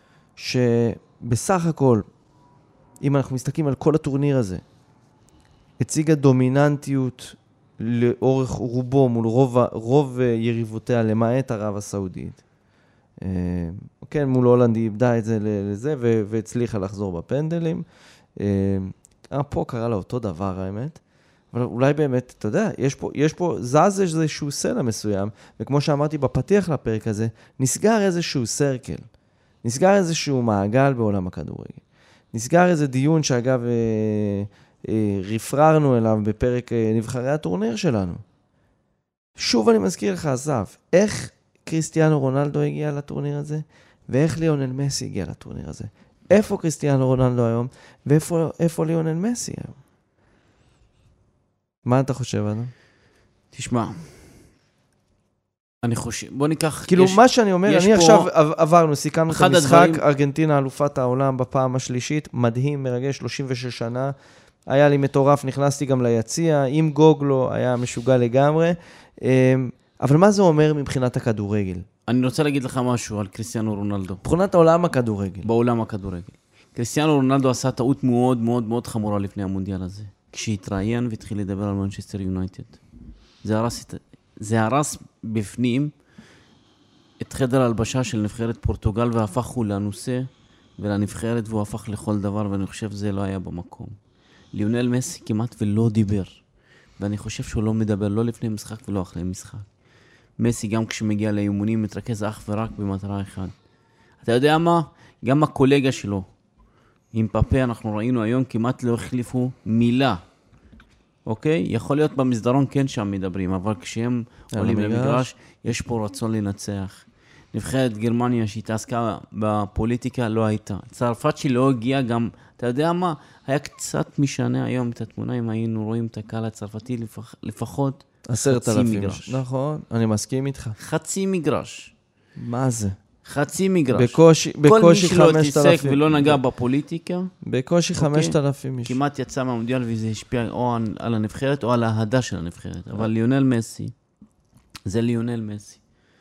שבסך הכל, אם אנחנו מסתכלים על כל הטורניר הזה, הציגה דומיננטיות לאורך רובו מול רוב, רוב יריבותיה למעט ערב הסעודית. כן, מול הולנד היא איבדה את זה לזה והצליחה לחזור בפנדלים. פה קרה לה אותו דבר האמת, אבל אולי באמת, אתה יודע, יש פה, יש פה זז איזשהו סלע מסוים, וכמו שאמרתי בפתיח לפרק הזה, נסגר איזשהו סרקל, נסגר איזשהו מעגל בעולם הכדורגל. נסגר איזה דיון שאגב רפררנו אליו בפרק נבחרי הטורניר שלנו. שוב אני מזכיר לך, אסף, איך קריסטיאנו רונלדו הגיע לטורניר הזה, ואיך ליונל מסי הגיע לטורניר הזה. איפה קריסטיאנו רונלדו היום, ואיפה איפה ליונל מסי היום? מה אתה חושב, אדם? תשמע, אני חושב, בוא ניקח... כאילו, יש, מה שאני אומר, אני פה... עכשיו עברנו, סיכמנו את המשחק, הדברים... ארגנטינה אלופת העולם בפעם השלישית, מדהים, מרגש, שלושים ושש שנה, היה לי מטורף, נכנסתי גם ליציע, עם גוגלו, היה משוגע לגמרי, אבל מה זה אומר מבחינת הכדורגל? אני רוצה להגיד לך משהו על קריסטיאנו רונלדו. מבחינת העולם הכדורגל. בעולם הכדורגל. קריסטיאנו רונלדו עשה טעות מאוד מאוד מאוד חמורה לפני המונדיאל הזה. כשהתראיין והתחיל לדבר על מנצ'סטר יונייטד. זה הרס, זה הרס בפנים את חדר ההלבשה של נבחרת פורטוגל, והפך הוא לנושא ולנבחרת, והוא הפך לכל דבר, ואני חושב שזה לא היה במקום. ליונל מסי כמעט ולא דיבר, ואני חושב שהוא לא מדבר לא לפני משחק ולא אחרי משחק. מסי גם כשמגיע לאימונים מתרכז אך ורק במטרה אחת. אתה יודע מה? גם הקולגה שלו, עם פאפה, אנחנו ראינו היום, כמעט לא החליפו מילה. אוקיי? יכול להיות במסדרון כן שם מדברים, אבל כשהם עולים למגרש, יש פה רצון לנצח. נבחרת גרמניה שהתעסקה בפוליטיקה לא הייתה. צרפת שלא הגיעה גם, אתה יודע מה? היה קצת משנה היום את התמונה, אם היינו רואים את הקהל הצרפתי לפח, לפחות עשרת חצי אלפים. מגרש. נכון, אני מסכים איתך. חצי מגרש. מה זה? חצי מגרש. בקושי, בקושי כל מי שלא חמשת תעסק אלפים. ולא נגע בפוליטיקה, בקושי חמשת אלפים איש. כמעט יצא מהמונדיאל וזה השפיע או על הנבחרת או על ההדה של הנבחרת. אבל ליונל מסי, זה ליונל מסי.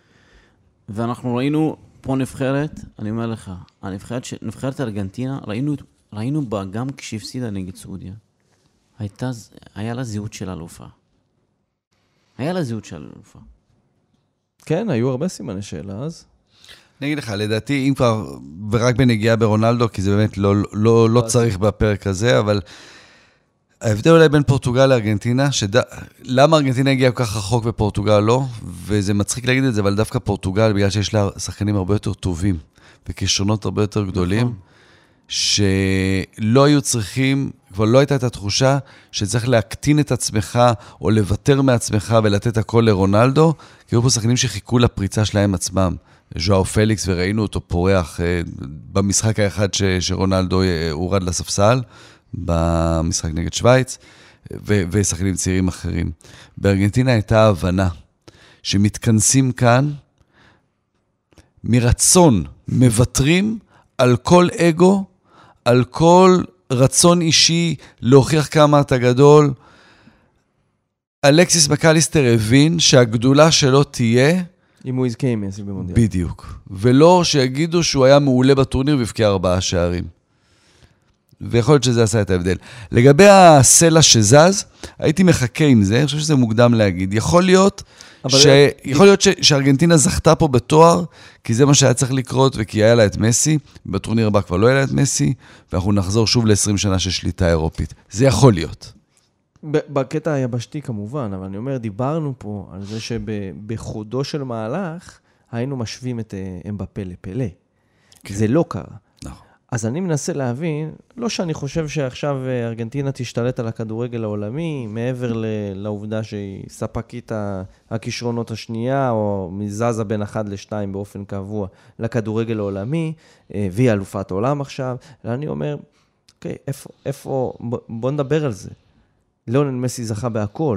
ואנחנו ראינו פה נבחרת, אני אומר לך, הנבחרת, נבחרת ארגנטינה, ראינו, ראינו בה גם כשהפסידה נגד סעודיה. הייתה, היה לה זהות של אלופה. היה לה זהות של אלופה. כן, היו הרבה סימני שאלה אז. אני אגיד לך, לדעתי, אם כבר, ורק בנגיעה ברונלדו, כי זה באמת לא, לא, לא צריך בפרק הזה, אבל ההבדל אולי בין פורטוגל לארגנטינה, שד... למה ארגנטינה הגיעה כל כך רחוק בפורטוגל לא, וזה מצחיק להגיד את זה, אבל דווקא פורטוגל, בגלל שיש לה שחקנים הרבה יותר טובים, וכישרונות הרבה יותר גדולים, שלא היו צריכים, כבר לא הייתה את התחושה שצריך להקטין את עצמך או לוותר מעצמך ולתת הכל לרונלדו, כי היו פה שחקנים שחיכו לפריצה שלהם עצמם. ז'ואו פליקס, וראינו אותו פורח במשחק האחד ש, שרונלדו הורד לספסל, במשחק נגד שוויץ, ו, ושחקנים צעירים אחרים. בארגנטינה הייתה הבנה שמתכנסים כאן מרצון, מבטרים על כל אגו, על כל רצון אישי להוכיח כמה אתה גדול. אלכסיס מקליסטר הבין שהגדולה שלו תהיה אם הוא יזכה עם מסי במונדיאל. בדיוק. ולא שיגידו שהוא היה מעולה בטורניר והבקיע ארבעה שערים. ויכול להיות שזה עשה את ההבדל. לגבי הסלע שזז, הייתי מחכה עם זה, אני חושב שזה מוקדם להגיד. יכול להיות, ש... יכול להיות ש... שארגנטינה זכתה פה בתואר, כי זה מה שהיה צריך לקרות, וכי היה לה את מסי, בטורניר הבא כבר לא היה לה את מסי, ואנחנו נחזור שוב ל-עשרים שנה של שליטה אירופית. זה יכול להיות. בקטע היבשתי כמובן, אבל אני אומר, דיברנו פה על זה שבחודו של מהלך, היינו משווים את אמבפה לפלה. זה לא קרה. נכון. אז אני מנסה להבין, לא שאני חושב שעכשיו ארגנטינה תשתלט על הכדורגל העולמי, מעבר לעובדה שהיא ספקית הכישרונות השנייה, או מזזה בין אחד לשתיים באופן קבוע לכדורגל העולמי, והיא אלופת העולם עכשיו, אלא אני אומר, אוקיי, איפה, איפה, בוא נדבר על זה. ליאונל מסי זכה בהכל.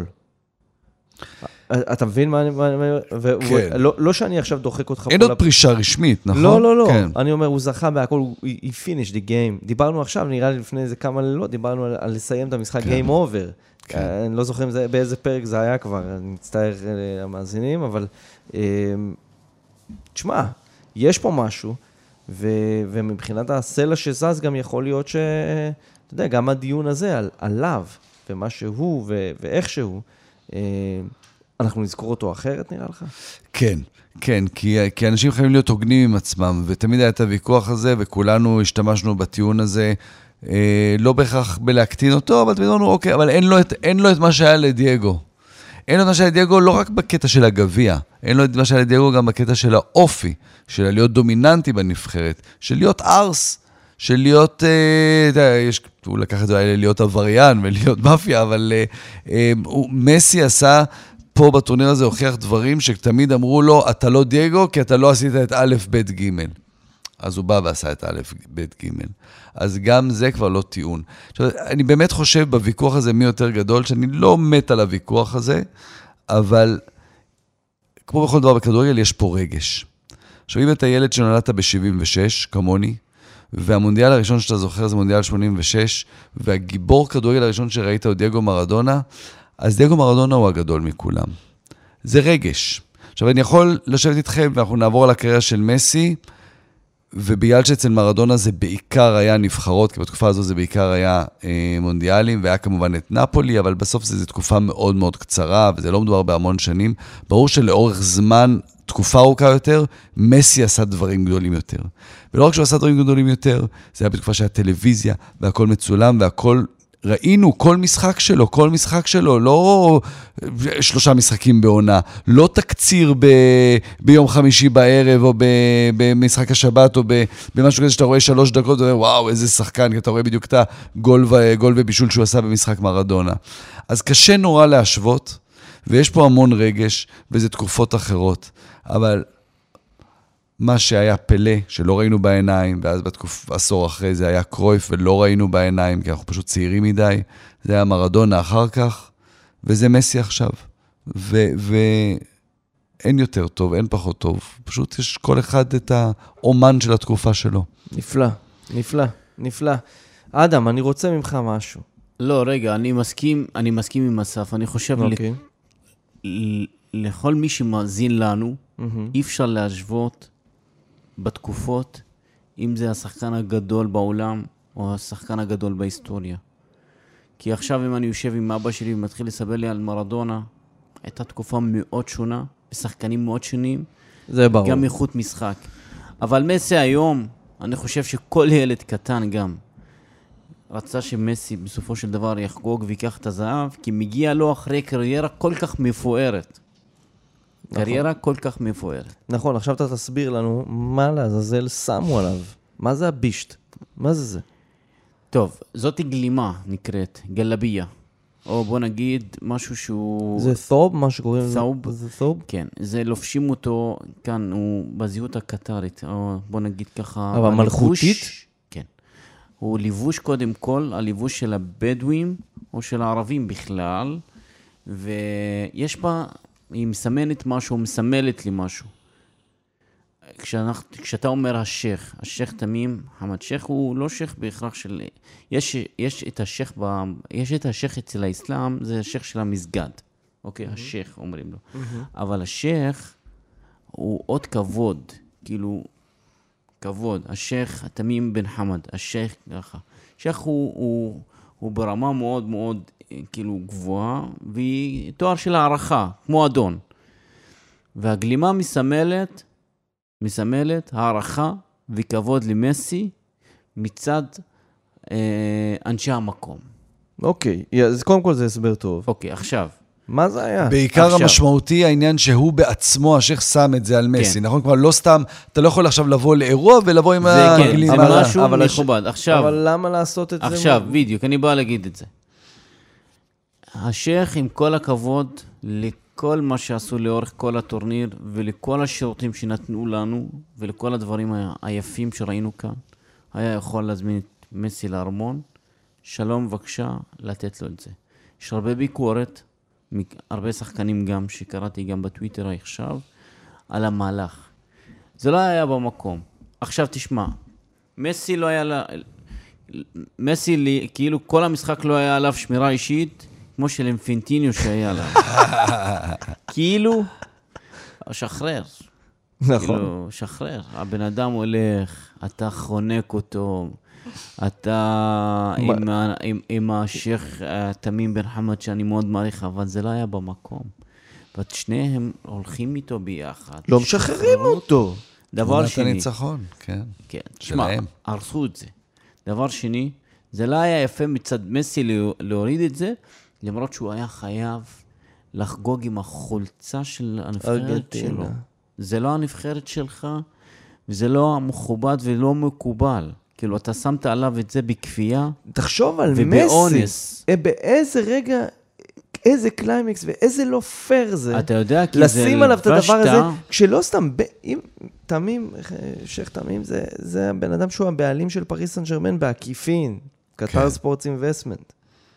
אתה מבין מה אני... כן. לא שאני עכשיו דוחק אותך... אין עוד פרישה רשמית, נכון? לא, לא, לא. אני אומר, הוא זכה בהכל, he finished the game. דיברנו עכשיו, נראה לי לפני איזה כמה לילות, דיברנו על לסיים את המשחק game over. אני לא זוכר באיזה פרק זה היה כבר, אני מצטער למאזינים, אבל תשמע, יש פה משהו, ומבחינת הסלע שזז גם יכול להיות ש... אתה יודע, גם הדיון הזה עליו, ומה שהוא ואיך שהוא, אנחנו נזכור אותו אחרת, נראה לך? כן, כן, כי, כי אנשים חייבים להיות הוגנים עם עצמם, ותמיד היה את הוויכוח הזה, וכולנו השתמשנו בטיעון הזה, אה, לא בהכרח בלהקטין אותו, אבל תמיד אמרנו, אוקיי, אבל אין לו, את, אין לו את מה שהיה לדייגו. אין לו את מה שהיה לדייגו לא רק בקטע של הגביע, אין לו את מה שהיה לדייגו גם בקטע של האופי, של להיות דומיננטי בנבחרת, של להיות ארס, של להיות, אה, אתה יודע, יש, הוא לקח את זה להיות עבריין ולהיות מאפיה, אבל אה, אה, הוא, מסי עשה פה בטורניר הזה, הוכיח דברים שתמיד אמרו לו, אתה לא דייגו, כי אתה לא עשית את א', ב', ג'. אז הוא בא ועשה את א', ב', ג'. אז גם זה כבר לא טיעון. עכשיו, אני באמת חושב בוויכוח הזה מי יותר גדול, שאני לא מת על הוויכוח הזה, אבל כמו בכל דבר בכדורגל, יש פה רגש. עכשיו, אם אתה ילד שנולדת ב-שבעים ושש, כמוני, והמונדיאל הראשון שאתה זוכר זה מונדיאל שמונים ושש, והגיבור כדורגל הראשון שראית הוא דייגו מרדונה, אז דייגו מרדונה הוא הגדול מכולם. זה רגש. עכשיו, אני יכול לשבת איתכם, ואנחנו נעבור על הקריירה של מסי, ובגלל שאצל מרדונה זה בעיקר היה נבחרות, כי בתקופה הזו זה בעיקר היה אה, מונדיאלים, והיה כמובן את נפולי, אבל בסוף זה, זה תקופה מאוד מאוד קצרה, וזה לא מדובר בהמון שנים. ברור שלאורך זמן, תקופה ארוכה יותר, מסי עשה דברים גדולים יותר. ולא רק שהוא עשה דברים גדולים יותר, זה היה בתקופה שהיה טלוויזיה, והכל מצולם, והכל ראינו, כל משחק שלו, כל משחק שלו, לא שלושה משחקים בעונה, לא תקציר ב, ביום חמישי בערב, או ב, במשחק השבת, או ב, במשהו כזה שאתה רואה שלוש דקות, ואתה אומר, וואו, איזה שחקן, כי אתה רואה בדיוק את הגול ו, גול ובישול שהוא עשה במשחק מרדונה. אז קשה נורא להשוות, ויש פה המון רגש, וזה תקופות אחרות, אבל מה שהיה פלה, שלא ראינו בעיניים, ואז בתקוף עשור אחרי זה היה קרויף, ולא ראינו בעיניים, כי אנחנו פשוט צעירים מדי, זה היה מרדונה אחר כך, וזה מסי עכשיו. ואין יותר טוב, אין פחות טוב. פשוט יש כל אחד את האומן של התקופה שלו. נפלא, נפלא, נפלא. אדם, אני רוצה ממך משהו. לא, רגע, אני מסכים, אני מסכים עם אסף. אני חושב אוקיי. ל... לכל מי שמאזין לנו, אי אפשר להשוות בתקופות, אם זה השחקן הגדול בעולם, או השחקן הגדול בהיסטוריה. כי עכשיו אם אני יושב עם אבא שלי ומתחיל לסבר לי על מרדונה, הייתה תקופה מאוד שונה, בשחקנים מאוד שונים, זה ברור. גם איכות משחק. אבל מסי היום, אני חושב שכל ילד קטן גם, רצה שמסי בסופו של דבר יחגוג ויקח את הזהב, כי מגיע לו אחרי קריירה כל כך מפוארת. נכון. קריירה כל כך מפוארת. נכון, עכשיו אתה תסביר לנו מה לעזאזל שמו עליו. מה זה הבישט מה זה זה? טוב, זאת גלימה נקראת, גלביה. או בוא נגיד משהו שהוא... זה ת'וב, מה שקוראים לזה? ת'וב. זה ת'וב? כן, זה לובשים אותו כאן, הוא בזהות הקטרית, או בוא נגיד ככה... אבל מלכותית? כן. הוא ליבוש קודם כל, הליבוש של הבדואים, או של הערבים בכלל, ויש בה, היא מסמנת משהו, מסמלת לי משהו. כשאנחנו, כשאתה אומר השייך, השייך תמים, חמד שייך הוא לא שייך בהכרח של... יש, יש את השייך, ב, יש את השייך אצל האסלאם, זה השייך של המסגד. אוקיי, mm-hmm. השייך אומרים לו. Mm-hmm. אבל השייך הוא עוד כבוד, כאילו, כבוד. השייך התמים בן חמד, השייך ככה. השייך הוא, הוא, הוא ברמה מאוד מאוד, כאילו, גבוהה, והיא תואר של הערכה, כמו אדון. והגלימה מסמלת, מסמלת הערכה וכבוד למסי מצד אה, אנשי המקום. אוקיי, אז קודם כל זה הסבר טוב. אוקיי, עכשיו. מה זה היה? בעיקר עכשיו. המשמעותי העניין שהוא בעצמו, השייך שם את זה על מסי, כן. נכון? כלומר, לא סתם, אתה לא יכול עכשיו לבוא לאירוע ולבוא עם זה כן, הגלימה. זה אבל- משהו אבל הש- מכובד. עכשיו, אבל למה לעשות את זה? עכשיו, בדיוק, אני בא להגיד את זה. השייך, עם כל הכבוד לכל מה שעשו לאורך כל הטורניר, ולכל השירותים שנתנו לנו, ולכל הדברים ה- היפים שראינו כאן, היה יכול להזמין את מסי לארמון, שלום בבקשה, לתת לו את זה. יש הרבה ביקורת, מ- הרבה שחקנים גם, שקראתי גם בטוויטר עכשיו, על המהלך. זה לא היה במקום. עכשיו תשמע, מסי לא היה לה... מסי, לי, כאילו כל המשחק לא היה עליו שמירה אישית, כמו של אינפנטיניו שהיה לה. כאילו, שחרר. נכון. כאילו, שחרר. הבן אדם הולך, אתה חונק אותו, אתה עם, ה- עם, עם השייך תמים בן חמד שאני מאוד מעריך, אבל זה לא היה במקום. ואת שניהם הולכים איתו ביחד. לא משחררים אותו. דבר תמונת שני, הניצחון, כן. כן, תשמע, שלהם. הרסו את זה. דבר שני, זה לא היה יפה מצד מסי לא- להוריד את זה, למרות שהוא היה חייב לחגוג עם החולצה של הנבחרת ארגנטינה. שלו. זה לא הנבחרת שלך, וזה לא מכובד ולא מקובל. כאילו, אתה שמת עליו את זה בכפייה, תחשוב על מסי. ובאונס. אה, באיזה רגע, איזה קליימקס ואיזה לא פייר זה. אתה יודע, כי זה לשים עליו את הדבר לבשת- הזה, כשלא סתם, ב- אם תמים, שייך תמים, זה, זה הבן אדם שהוא הבעלים של פריס סן ז'רמן בעקיפין, קטר ספורטס אינבסטמנט.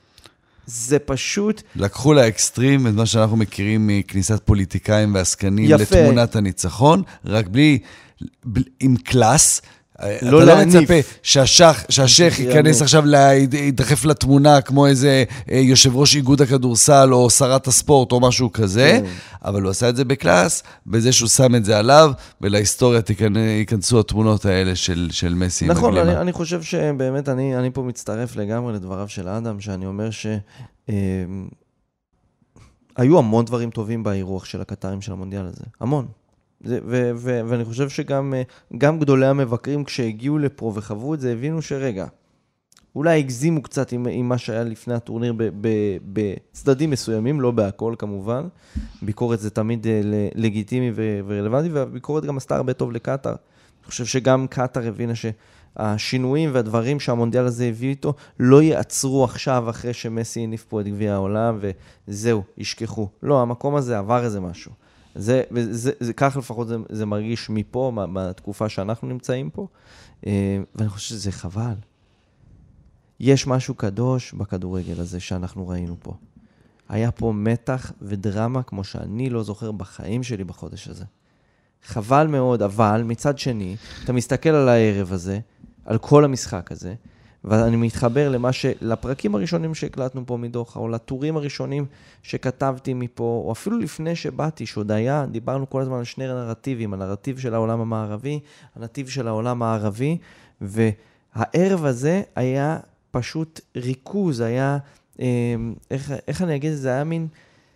זה פשוט, לקחו לאקסטרים את מה שאנחנו מכירים מכניסת פוליטיקאים ועסקנים יפה. לתמונת הניצחון, רק בלי, בלי עם קלאס. לא אתה לא להניף. מצפה שהשייך, שהשייך יאמן. ייכנס עכשיו, לה- ידחף לתמונה כמו איזה אה, יושב ראש איגוד הכדורסל או שרת הספורט או משהו כזה, אבל הוא עשה את זה בקלאס, בזה שהוא שם את זה עליו, ולהיסטוריה תיכנ- ייכנסו התמונות האלה של, של מסי עם נכון, הגלימה. אני, אני חושב שבאמת אני, אני פה מצטרף לגמרי לדבריו של אדם, שאני אומר ש... אה, היו המון דברים טובים באירוח של הקטרים של המונדיאל הזה, המון. זה, ו, ו, ואני חושב שגם אה, גם גדולי המבקרים, כשהגיעו לפה וחוו את זה, הבינו שרגע, אולי הגזימו קצת עם, עם מה שהיה לפני הטורניר ב, ב, בצדדים מסוימים, לא בהכל כמובן. ביקורת זה תמיד אה, לגיטימי ו, ורלוונטי, והביקורת גם עשתה הרבה טוב לקטר. אני חושב שגם קטר הבינה שהשינויים והדברים שהמונדיאל הזה הביא איתו, לא יעצרו עכשיו אחרי שמסי הניף פה את גביע העולם, וזהו, ישכחו. לא, המקום הזה עבר איזה משהו. זה, זה, זה, כך לפחות זה, זה מרגיש מפה, בתקופה שאנחנו נמצאים פה, ואני חושב שזה חבל. יש משהו קדוש בכדורגל הזה שאנחנו ראינו פה. היה פה מתח ודרמה כמו שאני לא זוכר בחיים שלי בחודש הזה. חבל מאוד, אבל מצד שני, אתה מסתכל על הערב הזה, על כל המשחק הזה, ואני מתחבר למה ש... לפרקים הראשונים שהקלטנו פה מדוחה, או לטורים הראשונים שכתבתי מפה, או אפילו לפני שבאתי, שעוד היה, דיברנו כל הזמן על שני נרטיבים, הנרטיב של העולם המערבי, הנרטיב של העולם הערבי, והערב הזה היה פשוט ריכוז, היה, איך, איך אני אגיד את זה, זה היה מין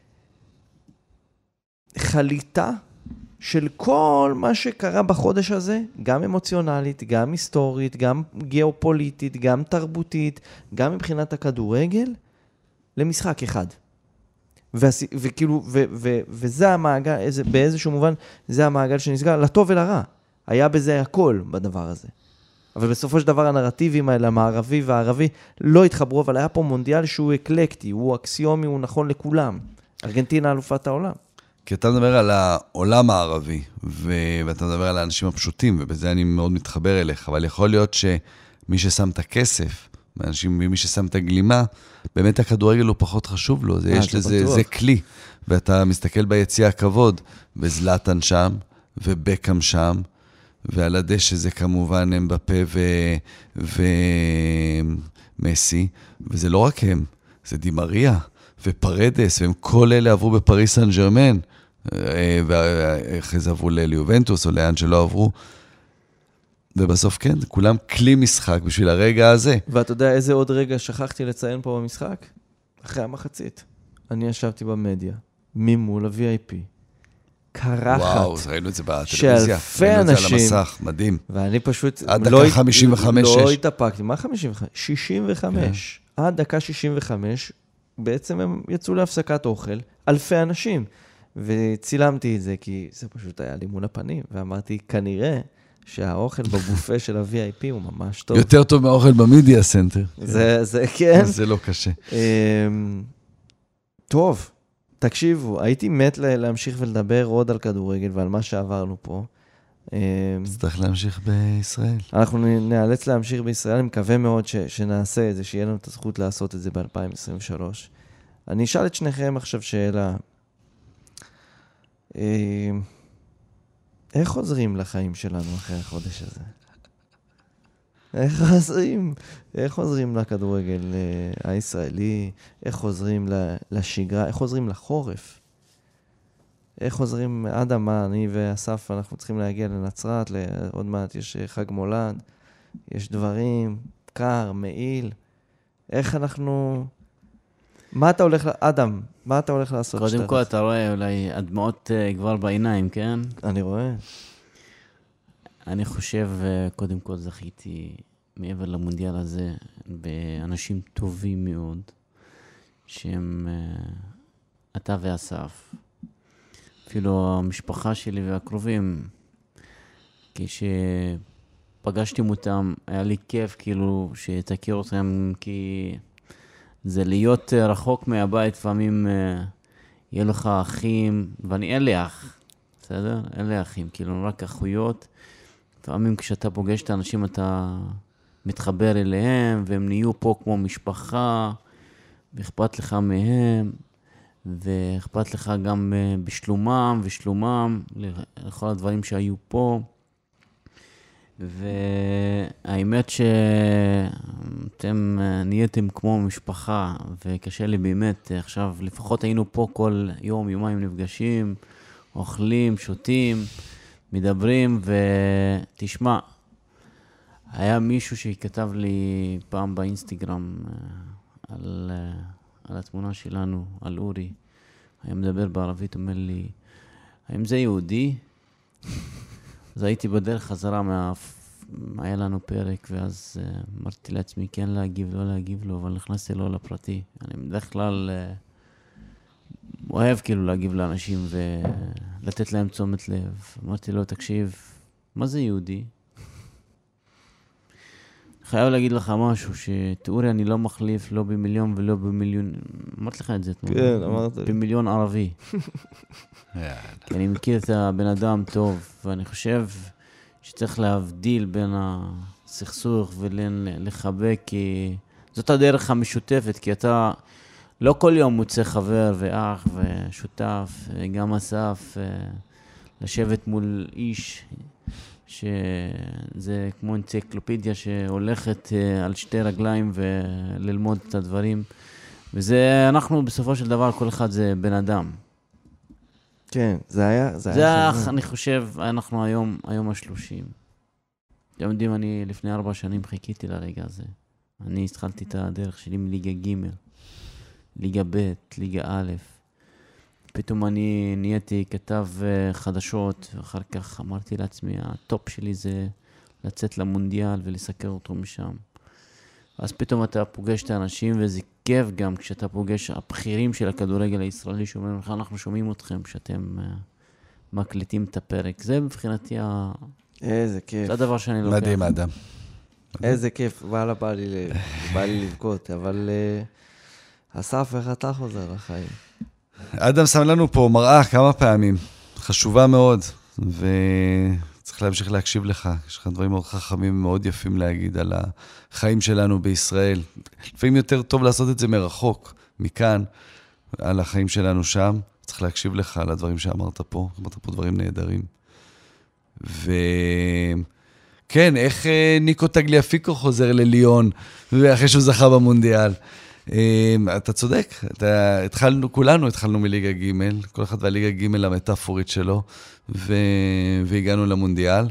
חליטה, של כל מה שקרה בחודש הזה, גם אמוציונלית, גם היסטורית, גם גיאופוליטית, גם תרבותית, גם מבחינת הכדורגל, למשחק אחד. והס... וכאילו, ו... ו... וזה המעגל, איזה... באיזשהו מובן, זה המעגל שנסגר, לטוב ולרע. היה בזה הכל בדבר הזה. אבל בסופו של דבר הנרטיבים האלה, המערבי והערבי, לא התחברו, אבל היה פה מונדיאל שהוא אקלקטי, הוא אקסיומי, הוא נכון לכולם. ארגנטינה אלופת העולם. כי אתה מדבר על העולם הערבי, ו... ואתה מדבר על האנשים הפשוטים, ובזה אני מאוד מתחבר אליך, אבל יכול להיות שמי ששם את הכסף, מאנשים, מי ששם את הגלימה, באמת הכדורגל הוא פחות חשוב לו, זה, יש לזה, זה כלי, ואתה מסתכל ביציע הכבוד, וזלטן שם, ובקם שם, ועל הדשא זה כמובן אמבפה ו... ומסי, וזה לא רק הם, זה דימריה, ופרדס, והם כל אלה עברו בפריס סן ז'רמן, ואחרי זה עברו ליובנטוס, או לאן שלא עברו, ובסוף כן, כולם כלי משחק בשביל הרגע הזה. ואתה יודע איזה עוד רגע שכחתי לציין פה במשחק? אחרי המחצית. אני ישבתי במדיה, ממול ה-וי איי פי, קרחת. וואו, ראינו את זה בטלוויזיה. שאלפי אנשים. ראינו את זה על המסך, מדהים. ואני פשוט... עד דקה חמישים וחמש שש. לא התאפקתי. מה חמישים וחמש? שישים וחמש. עד דקה שישים וחמש, בעצם הם יצאו להפסקת אוכל, אלפי אנשים. וצילמתי את זה, כי זה פשוט היה לי מול הפנים, ואמרתי, כנראה שהאוכל בבופה של ה-וי איי פי הוא ממש טוב. יותר טוב מהאוכל במדיה סנטר. זה, זה כן. זה לא קשה. טוב, תקשיבו, הייתי מת להמשיך ולדבר עוד על כדורגל ועל מה שעברנו פה. צריך להמשיך בישראל. אנחנו נאלץ להמשיך בישראל, אני מקווה מאוד ש, שנעשה את זה, שיהיה לנו את הזכות לעשות את זה ב-אלפיים עשרים ושלוש. אני אשאל את שניכם עכשיו שאלה. איך חוזרים לחיים שלנו אחרי החודש הזה? איך חוזרים? איך חוזרים לכדורגל הישראלי? איך חוזרים לשגרה? איך חוזרים לחורף? איך חוזרים, אדם, מה, אני ואסף, אנחנו צריכים להגיע לנצרת, עוד מעט יש חג מולד, יש דברים, קר, מעיל. איך אנחנו... מה אתה הולך, אדם, מה אתה הולך לעשות? קודם כל אתה רואה אולי הדמעות כבר בעיניים, כן? אני רואה. אני חושב, קודם כל זכיתי מעבר למונדיאל הזה, באנשים טובים מאוד, שהם אתה ואסף. אפילו המשפחה שלי והקרובים, כשפגשתם אותם, היה לי כיף כאילו שתכיר אותם, כי זה להיות רחוק מהבית, לפעמים יהיה לך אחים, ואני אין לי אח, בסדר? אין לי אחים, כאילו רק אחויות. לפעמים כשאתה פוגש את האנשים אתה מתחבר אליהם, והם נהיו פה כמו משפחה, ואכפת לך מהם, ואכפת לך גם בשלומם ושלומם, לכל הדברים שהיו פה. והאמת שאתם נהייתם כמו משפחה, וקשה לי באמת, עכשיו לפחות היינו פה כל יום, יומיים נפגשים, אוכלים, שותים, מדברים, ותשמע, היה מישהו שכתב לי פעם באינסטגרם על, על התמונה שלנו, על אורי, היה מדבר בערבית, אומר לי, האם זה יהודי? אז הייתי בדרך חזרה, מה... היה לנו פרק, ואז uh, אמרתי לעצמי, כן להגיב, לא להגיב לו, אבל נכנסתי לו לפרטי. אני בדרך כלל uh, אוהב כאילו להגיב לאנשים ולתת להם תשומת לב. אמרתי לו, תקשיב, מה זה יהודי? חייב להגיד לך משהו, שתיאורי אני לא מחליף, לא במיליון ולא במיליון, אמרתי לך את זה. כן, אמרת. במיליון ערבי. כי אני מכיר את הבן אדם טוב, ואני חושב שצריך להבדיל בין הסכסוך ולחבק, כי זאת הדרך המשותפת, כי אתה לא כל יום מוצא חבר ואח ושותף, גם אסף, לשבת מול איש, שזה כמו אנציקלופדיה שהולכת על שתי רגליים וללמוד את הדברים, וזה אנחנו בסופו של דבר, כל אחד זה בן אדם. כן, זה היה... זה היה, אני חושב, אנחנו היום, היום השלושים. אתם יודעים, אני לפני ארבע שנים חיכיתי לרגע הזה. אני התחלתי את הדרך שלי מליגה ג', ליגה ב', ליגה א'. פתאום אני נהייתי כתב חדשות, ואחר כך אמרתי לעצמי, הטופ שלי זה לצאת למונדיאל ולסקר אותו משם. אז פתאום אתה פוגש את האנשים, וזה כיף גם כשאתה פוגש הבכירים של הכדורגל הישראלי, שאומרים לך, אנחנו שומעים אתכם שאתם uh, מקליטים את הפרק. זה מבחינתי ה... איזה כיף. זה הדבר שאני לוקח. מדהים, אדם. איזה כיף, וואלה, בא לי, בא לי לבכות, אבל אסף, איך אתה חוזר לחיים? אדם שם לנו פה מראה כמה פעמים, חשובה מאוד, וצריך להמשיך להקשיב לך. יש לך דברים מאוד חכמים, מאוד יפים להגיד על החיים שלנו בישראל. לפעמים יותר טוב לעשות את זה מרחוק, מכאן, על החיים שלנו שם. צריך להקשיב לך על הדברים שאמרת פה, אמרת פה דברים נהדרים. וכן, איך ניקו טגליאפיקו חוזר לליון, ואחרי שהוא זכה במונדיאל. אתה צודק, אתה, התחלנו, כולנו התחלנו מליגה ג', כל אחד והליגה ג' המטאפורית שלו, ו, והגענו למונדיאל.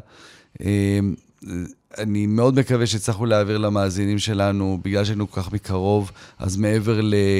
אני מאוד מקווה שצריכו להעביר למאזינים שלנו, בגלל שהיינו כל כך מקרוב, אז מעבר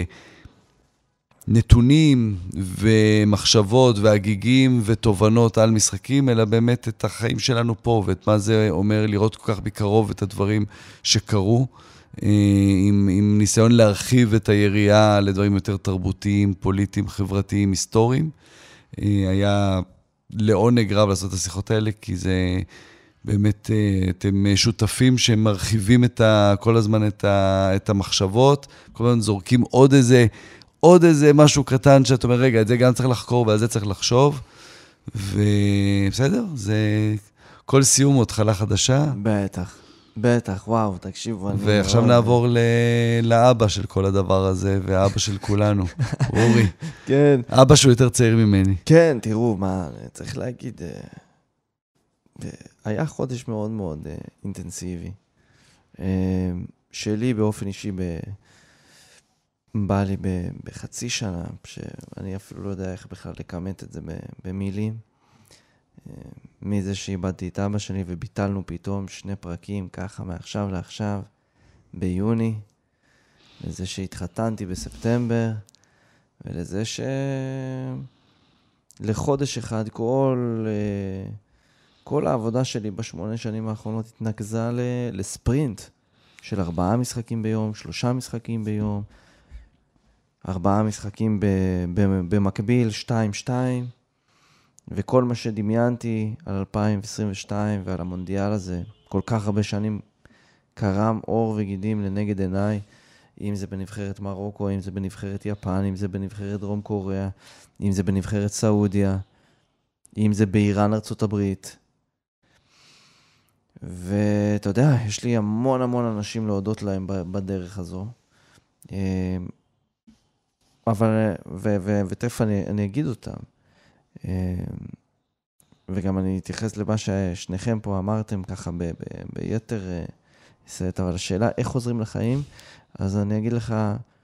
לנתונים ומחשבות והגיגים ותובנות על משחקים, אלא באמת את החיים שלנו פה, ואת מה זה אומר לראות כל כך מקרוב את הדברים שקרו, עם, עם ניסיון להרחיב את היריעה לדברים יותר תרבותיים, פוליטיים, חברתיים, היסטוריים. היה לעונג רב לעשות את השיחות האלה, כי זה באמת, אתם שותפים שמרחיבים את ה, כל הזמן את, ה, את המחשבות, כל הזמן זורקים עוד איזה, עוד איזה משהו קטן שאת אומר, רגע, את זה גם צריך לחקור ועל זה צריך לחשוב, ובסדר, זה כל סיום עוד התחלה חדשה. בטח. בטח, וואו, תקשיבו. ועכשיו נעבור לאבא של כל הדבר הזה, והאבא של כולנו, אורי. כן. אבא שהוא יותר צעיר ממני. כן, תראו, מה, צריך להגיד, היה חודש מאוד מאוד אינטנסיבי. שלי באופן אישי, בא לי בחצי שנה, שאני אפילו לא יודע איך בכלל לקמת את זה במילים. מזה שאיבדתי את אבא שלי וביטלנו פתאום שני פרקים ככה מעכשיו לעכשיו ביוני, לזה שהתחתנתי בספטמבר, ולזה שלחודש אחד כל, כל העבודה שלי בשמונה שנים האחרונות התנקזה לספרינט של ארבעה משחקים ביום, שלושה משחקים ביום, ארבעה משחקים במקביל, שתיים שתיים, וכל מה שדמיינתי על אלפיים עשרים ושתיים ועל המונדיאל הזה, כל כך הרבה שנים קרם אור וגידים לנגד עיניי, אם זה בנבחרת מרוקו, אם זה בנבחרת יפן, אם זה בנבחרת דרום קוריאה, אם זה בנבחרת סעודיה, אם זה באיראן, ארצות הברית. ואתה יודע, יש לי המון המון אנשים להודות להם בדרך הזו. אבל, ו- ו- ותכף אני, אני אגיד אותם. וגם אני אתייחס למה ששניכם פה אמרתם ככה ב- ב- ביתר סרט, אבל השאלה איך חוזרים לחיים, אז אני אגיד לך,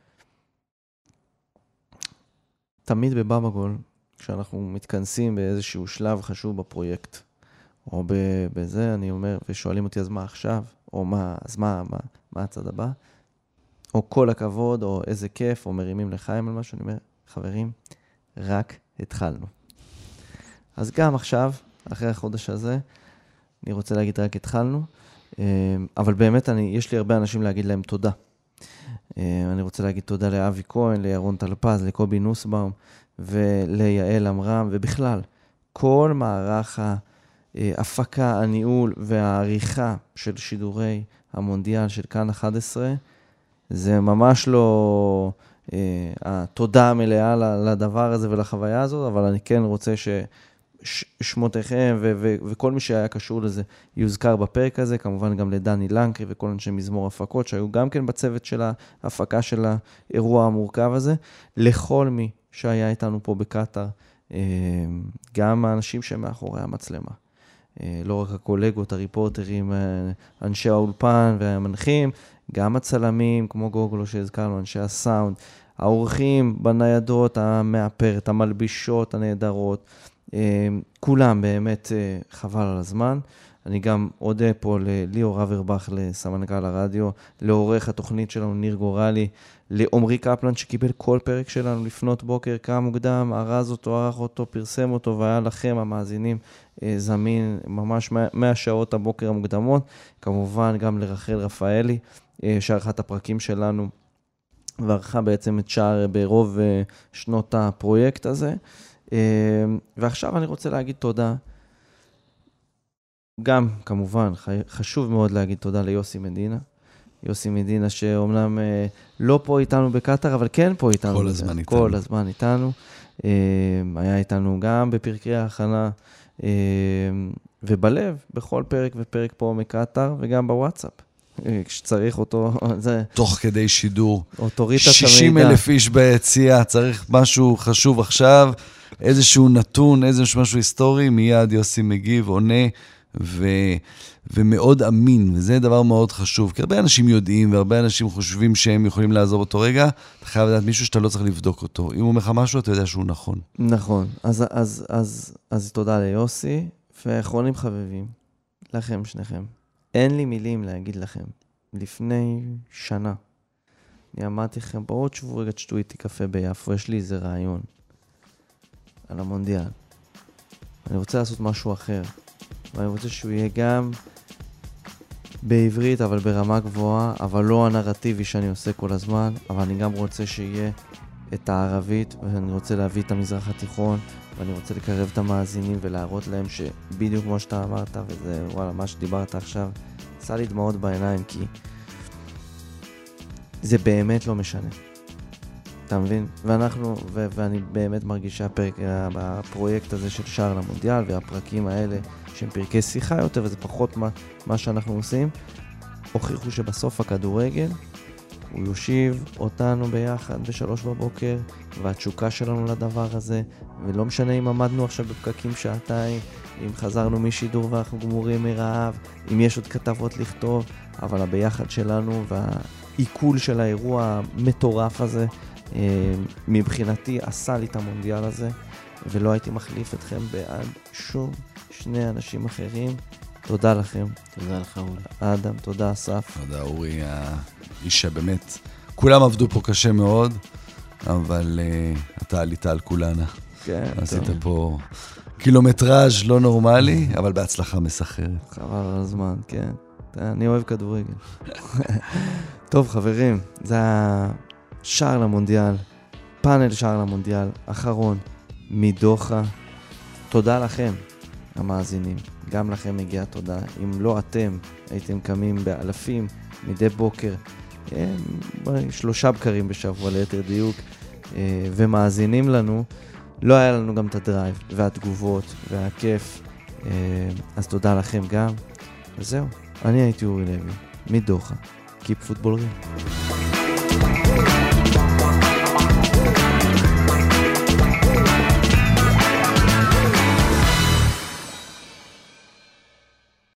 תמיד בבאבא גול, כשאנחנו מתכנסים באיזשהו שלב חשוב בפרויקט, או בזה, אני אומר, ושואלים אותי, אז מה עכשיו? או מה, אז מה, מה, מה הצד הבא? או כל הכבוד, או איזה כיף, או מרימים לחיים על משהו, אני אומר, חברים, רק התחלנו. אז גם עכשיו, אחרי החודש הזה, אני רוצה להגיד רק התחלנו, אבל באמת אני, יש לי הרבה אנשים להגיד להם תודה. אני רוצה להגיד תודה לאבי כהן, לירון טלפז, לקובי נוסבאום, וליעל אמרם, ובכלל, כל מערך ההפקה, הניהול והעריכה של שידורי המונדיאל של כאן אחת עשרה, זה ממש לא אה, התודה המלאה לדבר הזה ולחוויה הזאת, אבל אני כן רוצה ששמותיכם ו- ו- וכל מי שהיה קשור לזה יוזכר בפרק הזה, כמובן גם לדני לנקרי וכל אנשי מזמור הפקות, שהיו גם כן בצוות של ההפקה של האירוע המורכב הזה, לכל מי שהיה איתנו פה בקטר, אה, גם האנשים שמאחורי המצלמה. לא רק הקולגות, הריפורטרים, אנשי האולפן והמנחים, גם הצלמים, כמו גוגלו שהזכרנו, אנשי הסאונד, האורחים בניידות, המאפרת, המלבישות, הנהדרות, כולם באמת חבל על הזמן. אני גם עודה פה לליאור אברבך, לסמנכ"ל הרדיו, לעורך התוכנית שלנו, ניר גורלי, לעומרי קפלן שקיבל כל פרק שלנו לפנות בוקר, קם מוקדם, ארז אותו, ערך אותו, פרסם אותו, והיה לכם המאזינים זמין ממש מהשעות הבוקר המוקדמות. כמובן גם לרחל רפאלי, שערכה את הפרקים שלנו, וערכה בעצם את שער ברוב שנות הפרויקט הזה. ועכשיו אני רוצה להגיד תודה גם, כמובן, חשוב מאוד להגיד תודה ליוסי מדינה. יוסי מדינה שאומנם לא פה איתנו בקטר, אבל כן פה איתנו. כל הזמן איתנו. כל הזמן איתנו. היה איתנו גם בפרקי ההכנה, ובלב, בכל פרק ופרק פה מקטר, וגם בוואטסאפ. כשצריך אותו, זה... תוך כדי שידור. אוטוריטת המידע. שישים אלף איש ביציאה, צריך משהו חשוב עכשיו, איזשהו נתון, איזשהו משהו היסטורי, מיד יוסי מגיב, עונה, ו... ומאוד אמין, וזה דבר מאוד חשוב, כי הרבה אנשים יודעים, והרבה אנשים חושבים שהם יכולים לעזור אותו רגע, אתה חייב לדעת מישהו שאתה לא צריך לבדוק אותו. אם הוא אומר לך משהו, אתה יודע שהוא נכון. נכון. אז, אז, אז, אז תודה ליוסי, ואחרונים חביבים, לכם שניכם. אין לי מילים להגיד לכם. לפני שנה, אני אמרתי לכם, בעוד שבוע רגע תשתו איתי קפה ביפו, יש לי איזה רעיון על המונדיאל. אני רוצה לעשות משהו אחר, ואני רוצה שהוא יהיה גם בעברית, אבל ברמה גבוהה, אבל לא הנרטיבי שאני עושה כל הזמן, אבל אני גם רוצה שיהיה את הערבית, ואני רוצה להביא את המזרח התיכון, ואני רוצה לקרב את המאזינים ולהראות להם שבדיוק כמו שאתה אמרת, וזה וואלה, מה שדיברת עכשיו, עשה לי דמעות בעיניים, כי זה באמת לא משנה. אתה מבין? ואנחנו, ו- ואני באמת מרגיש שהפרק, הפרויקט הזה של שער למונדיאל, והפרקים האלה, שהם פרקי שיחה יותר, וזה פחות מה, מה שאנחנו עושים, הוכיחו שבסוף הכדורגל, הוא יושיב אותנו ביחד בשלוש בבוקר, והתשוקה שלנו לדבר הזה, ולא משנה אם עמדנו עכשיו בפקקים שעתיים, אם חזרנו משידור ואנחנו גמורים מרעב, אם יש עוד כתבות לכתוב, אבל הביחד שלנו והעיכול של האירוע המטורף הזה, מבחינתי עשה לי את המונדיאל הזה, ולא הייתי מחליף אתכם בעד שום שני אנשים אחרים. תודה לכם. תודה לך, אורי. אדם, תודה, אסף. תודה, אורי, האיש שבאמת, כולם עבדו פה קשה מאוד, אבל uh, אתה עלית על כולנה. כן. עשית טוב. פה קילומטראז' לא נורמלי, אבל בהצלחה מסחרת. חבל על הזמן, כן. אני אוהב כדורגל. טוב, חברים, זה השער למונדיאל, פאנל שער למונדיאל, אחרון, מדוחה. תודה לכם, המאזינים. גם לכם מגיעה תודה. אם לא אתם הייתם קמים באלפים מדי בוקר, שלושה בקרים בשבוע ליתר דיוק, ומאזינים לנו, לא היה לנו גם את הדרייב והתגובות והכיף. אז תודה לכם גם. וזהו, אני הייתי אורי לוי, מדוחה. Keep football real.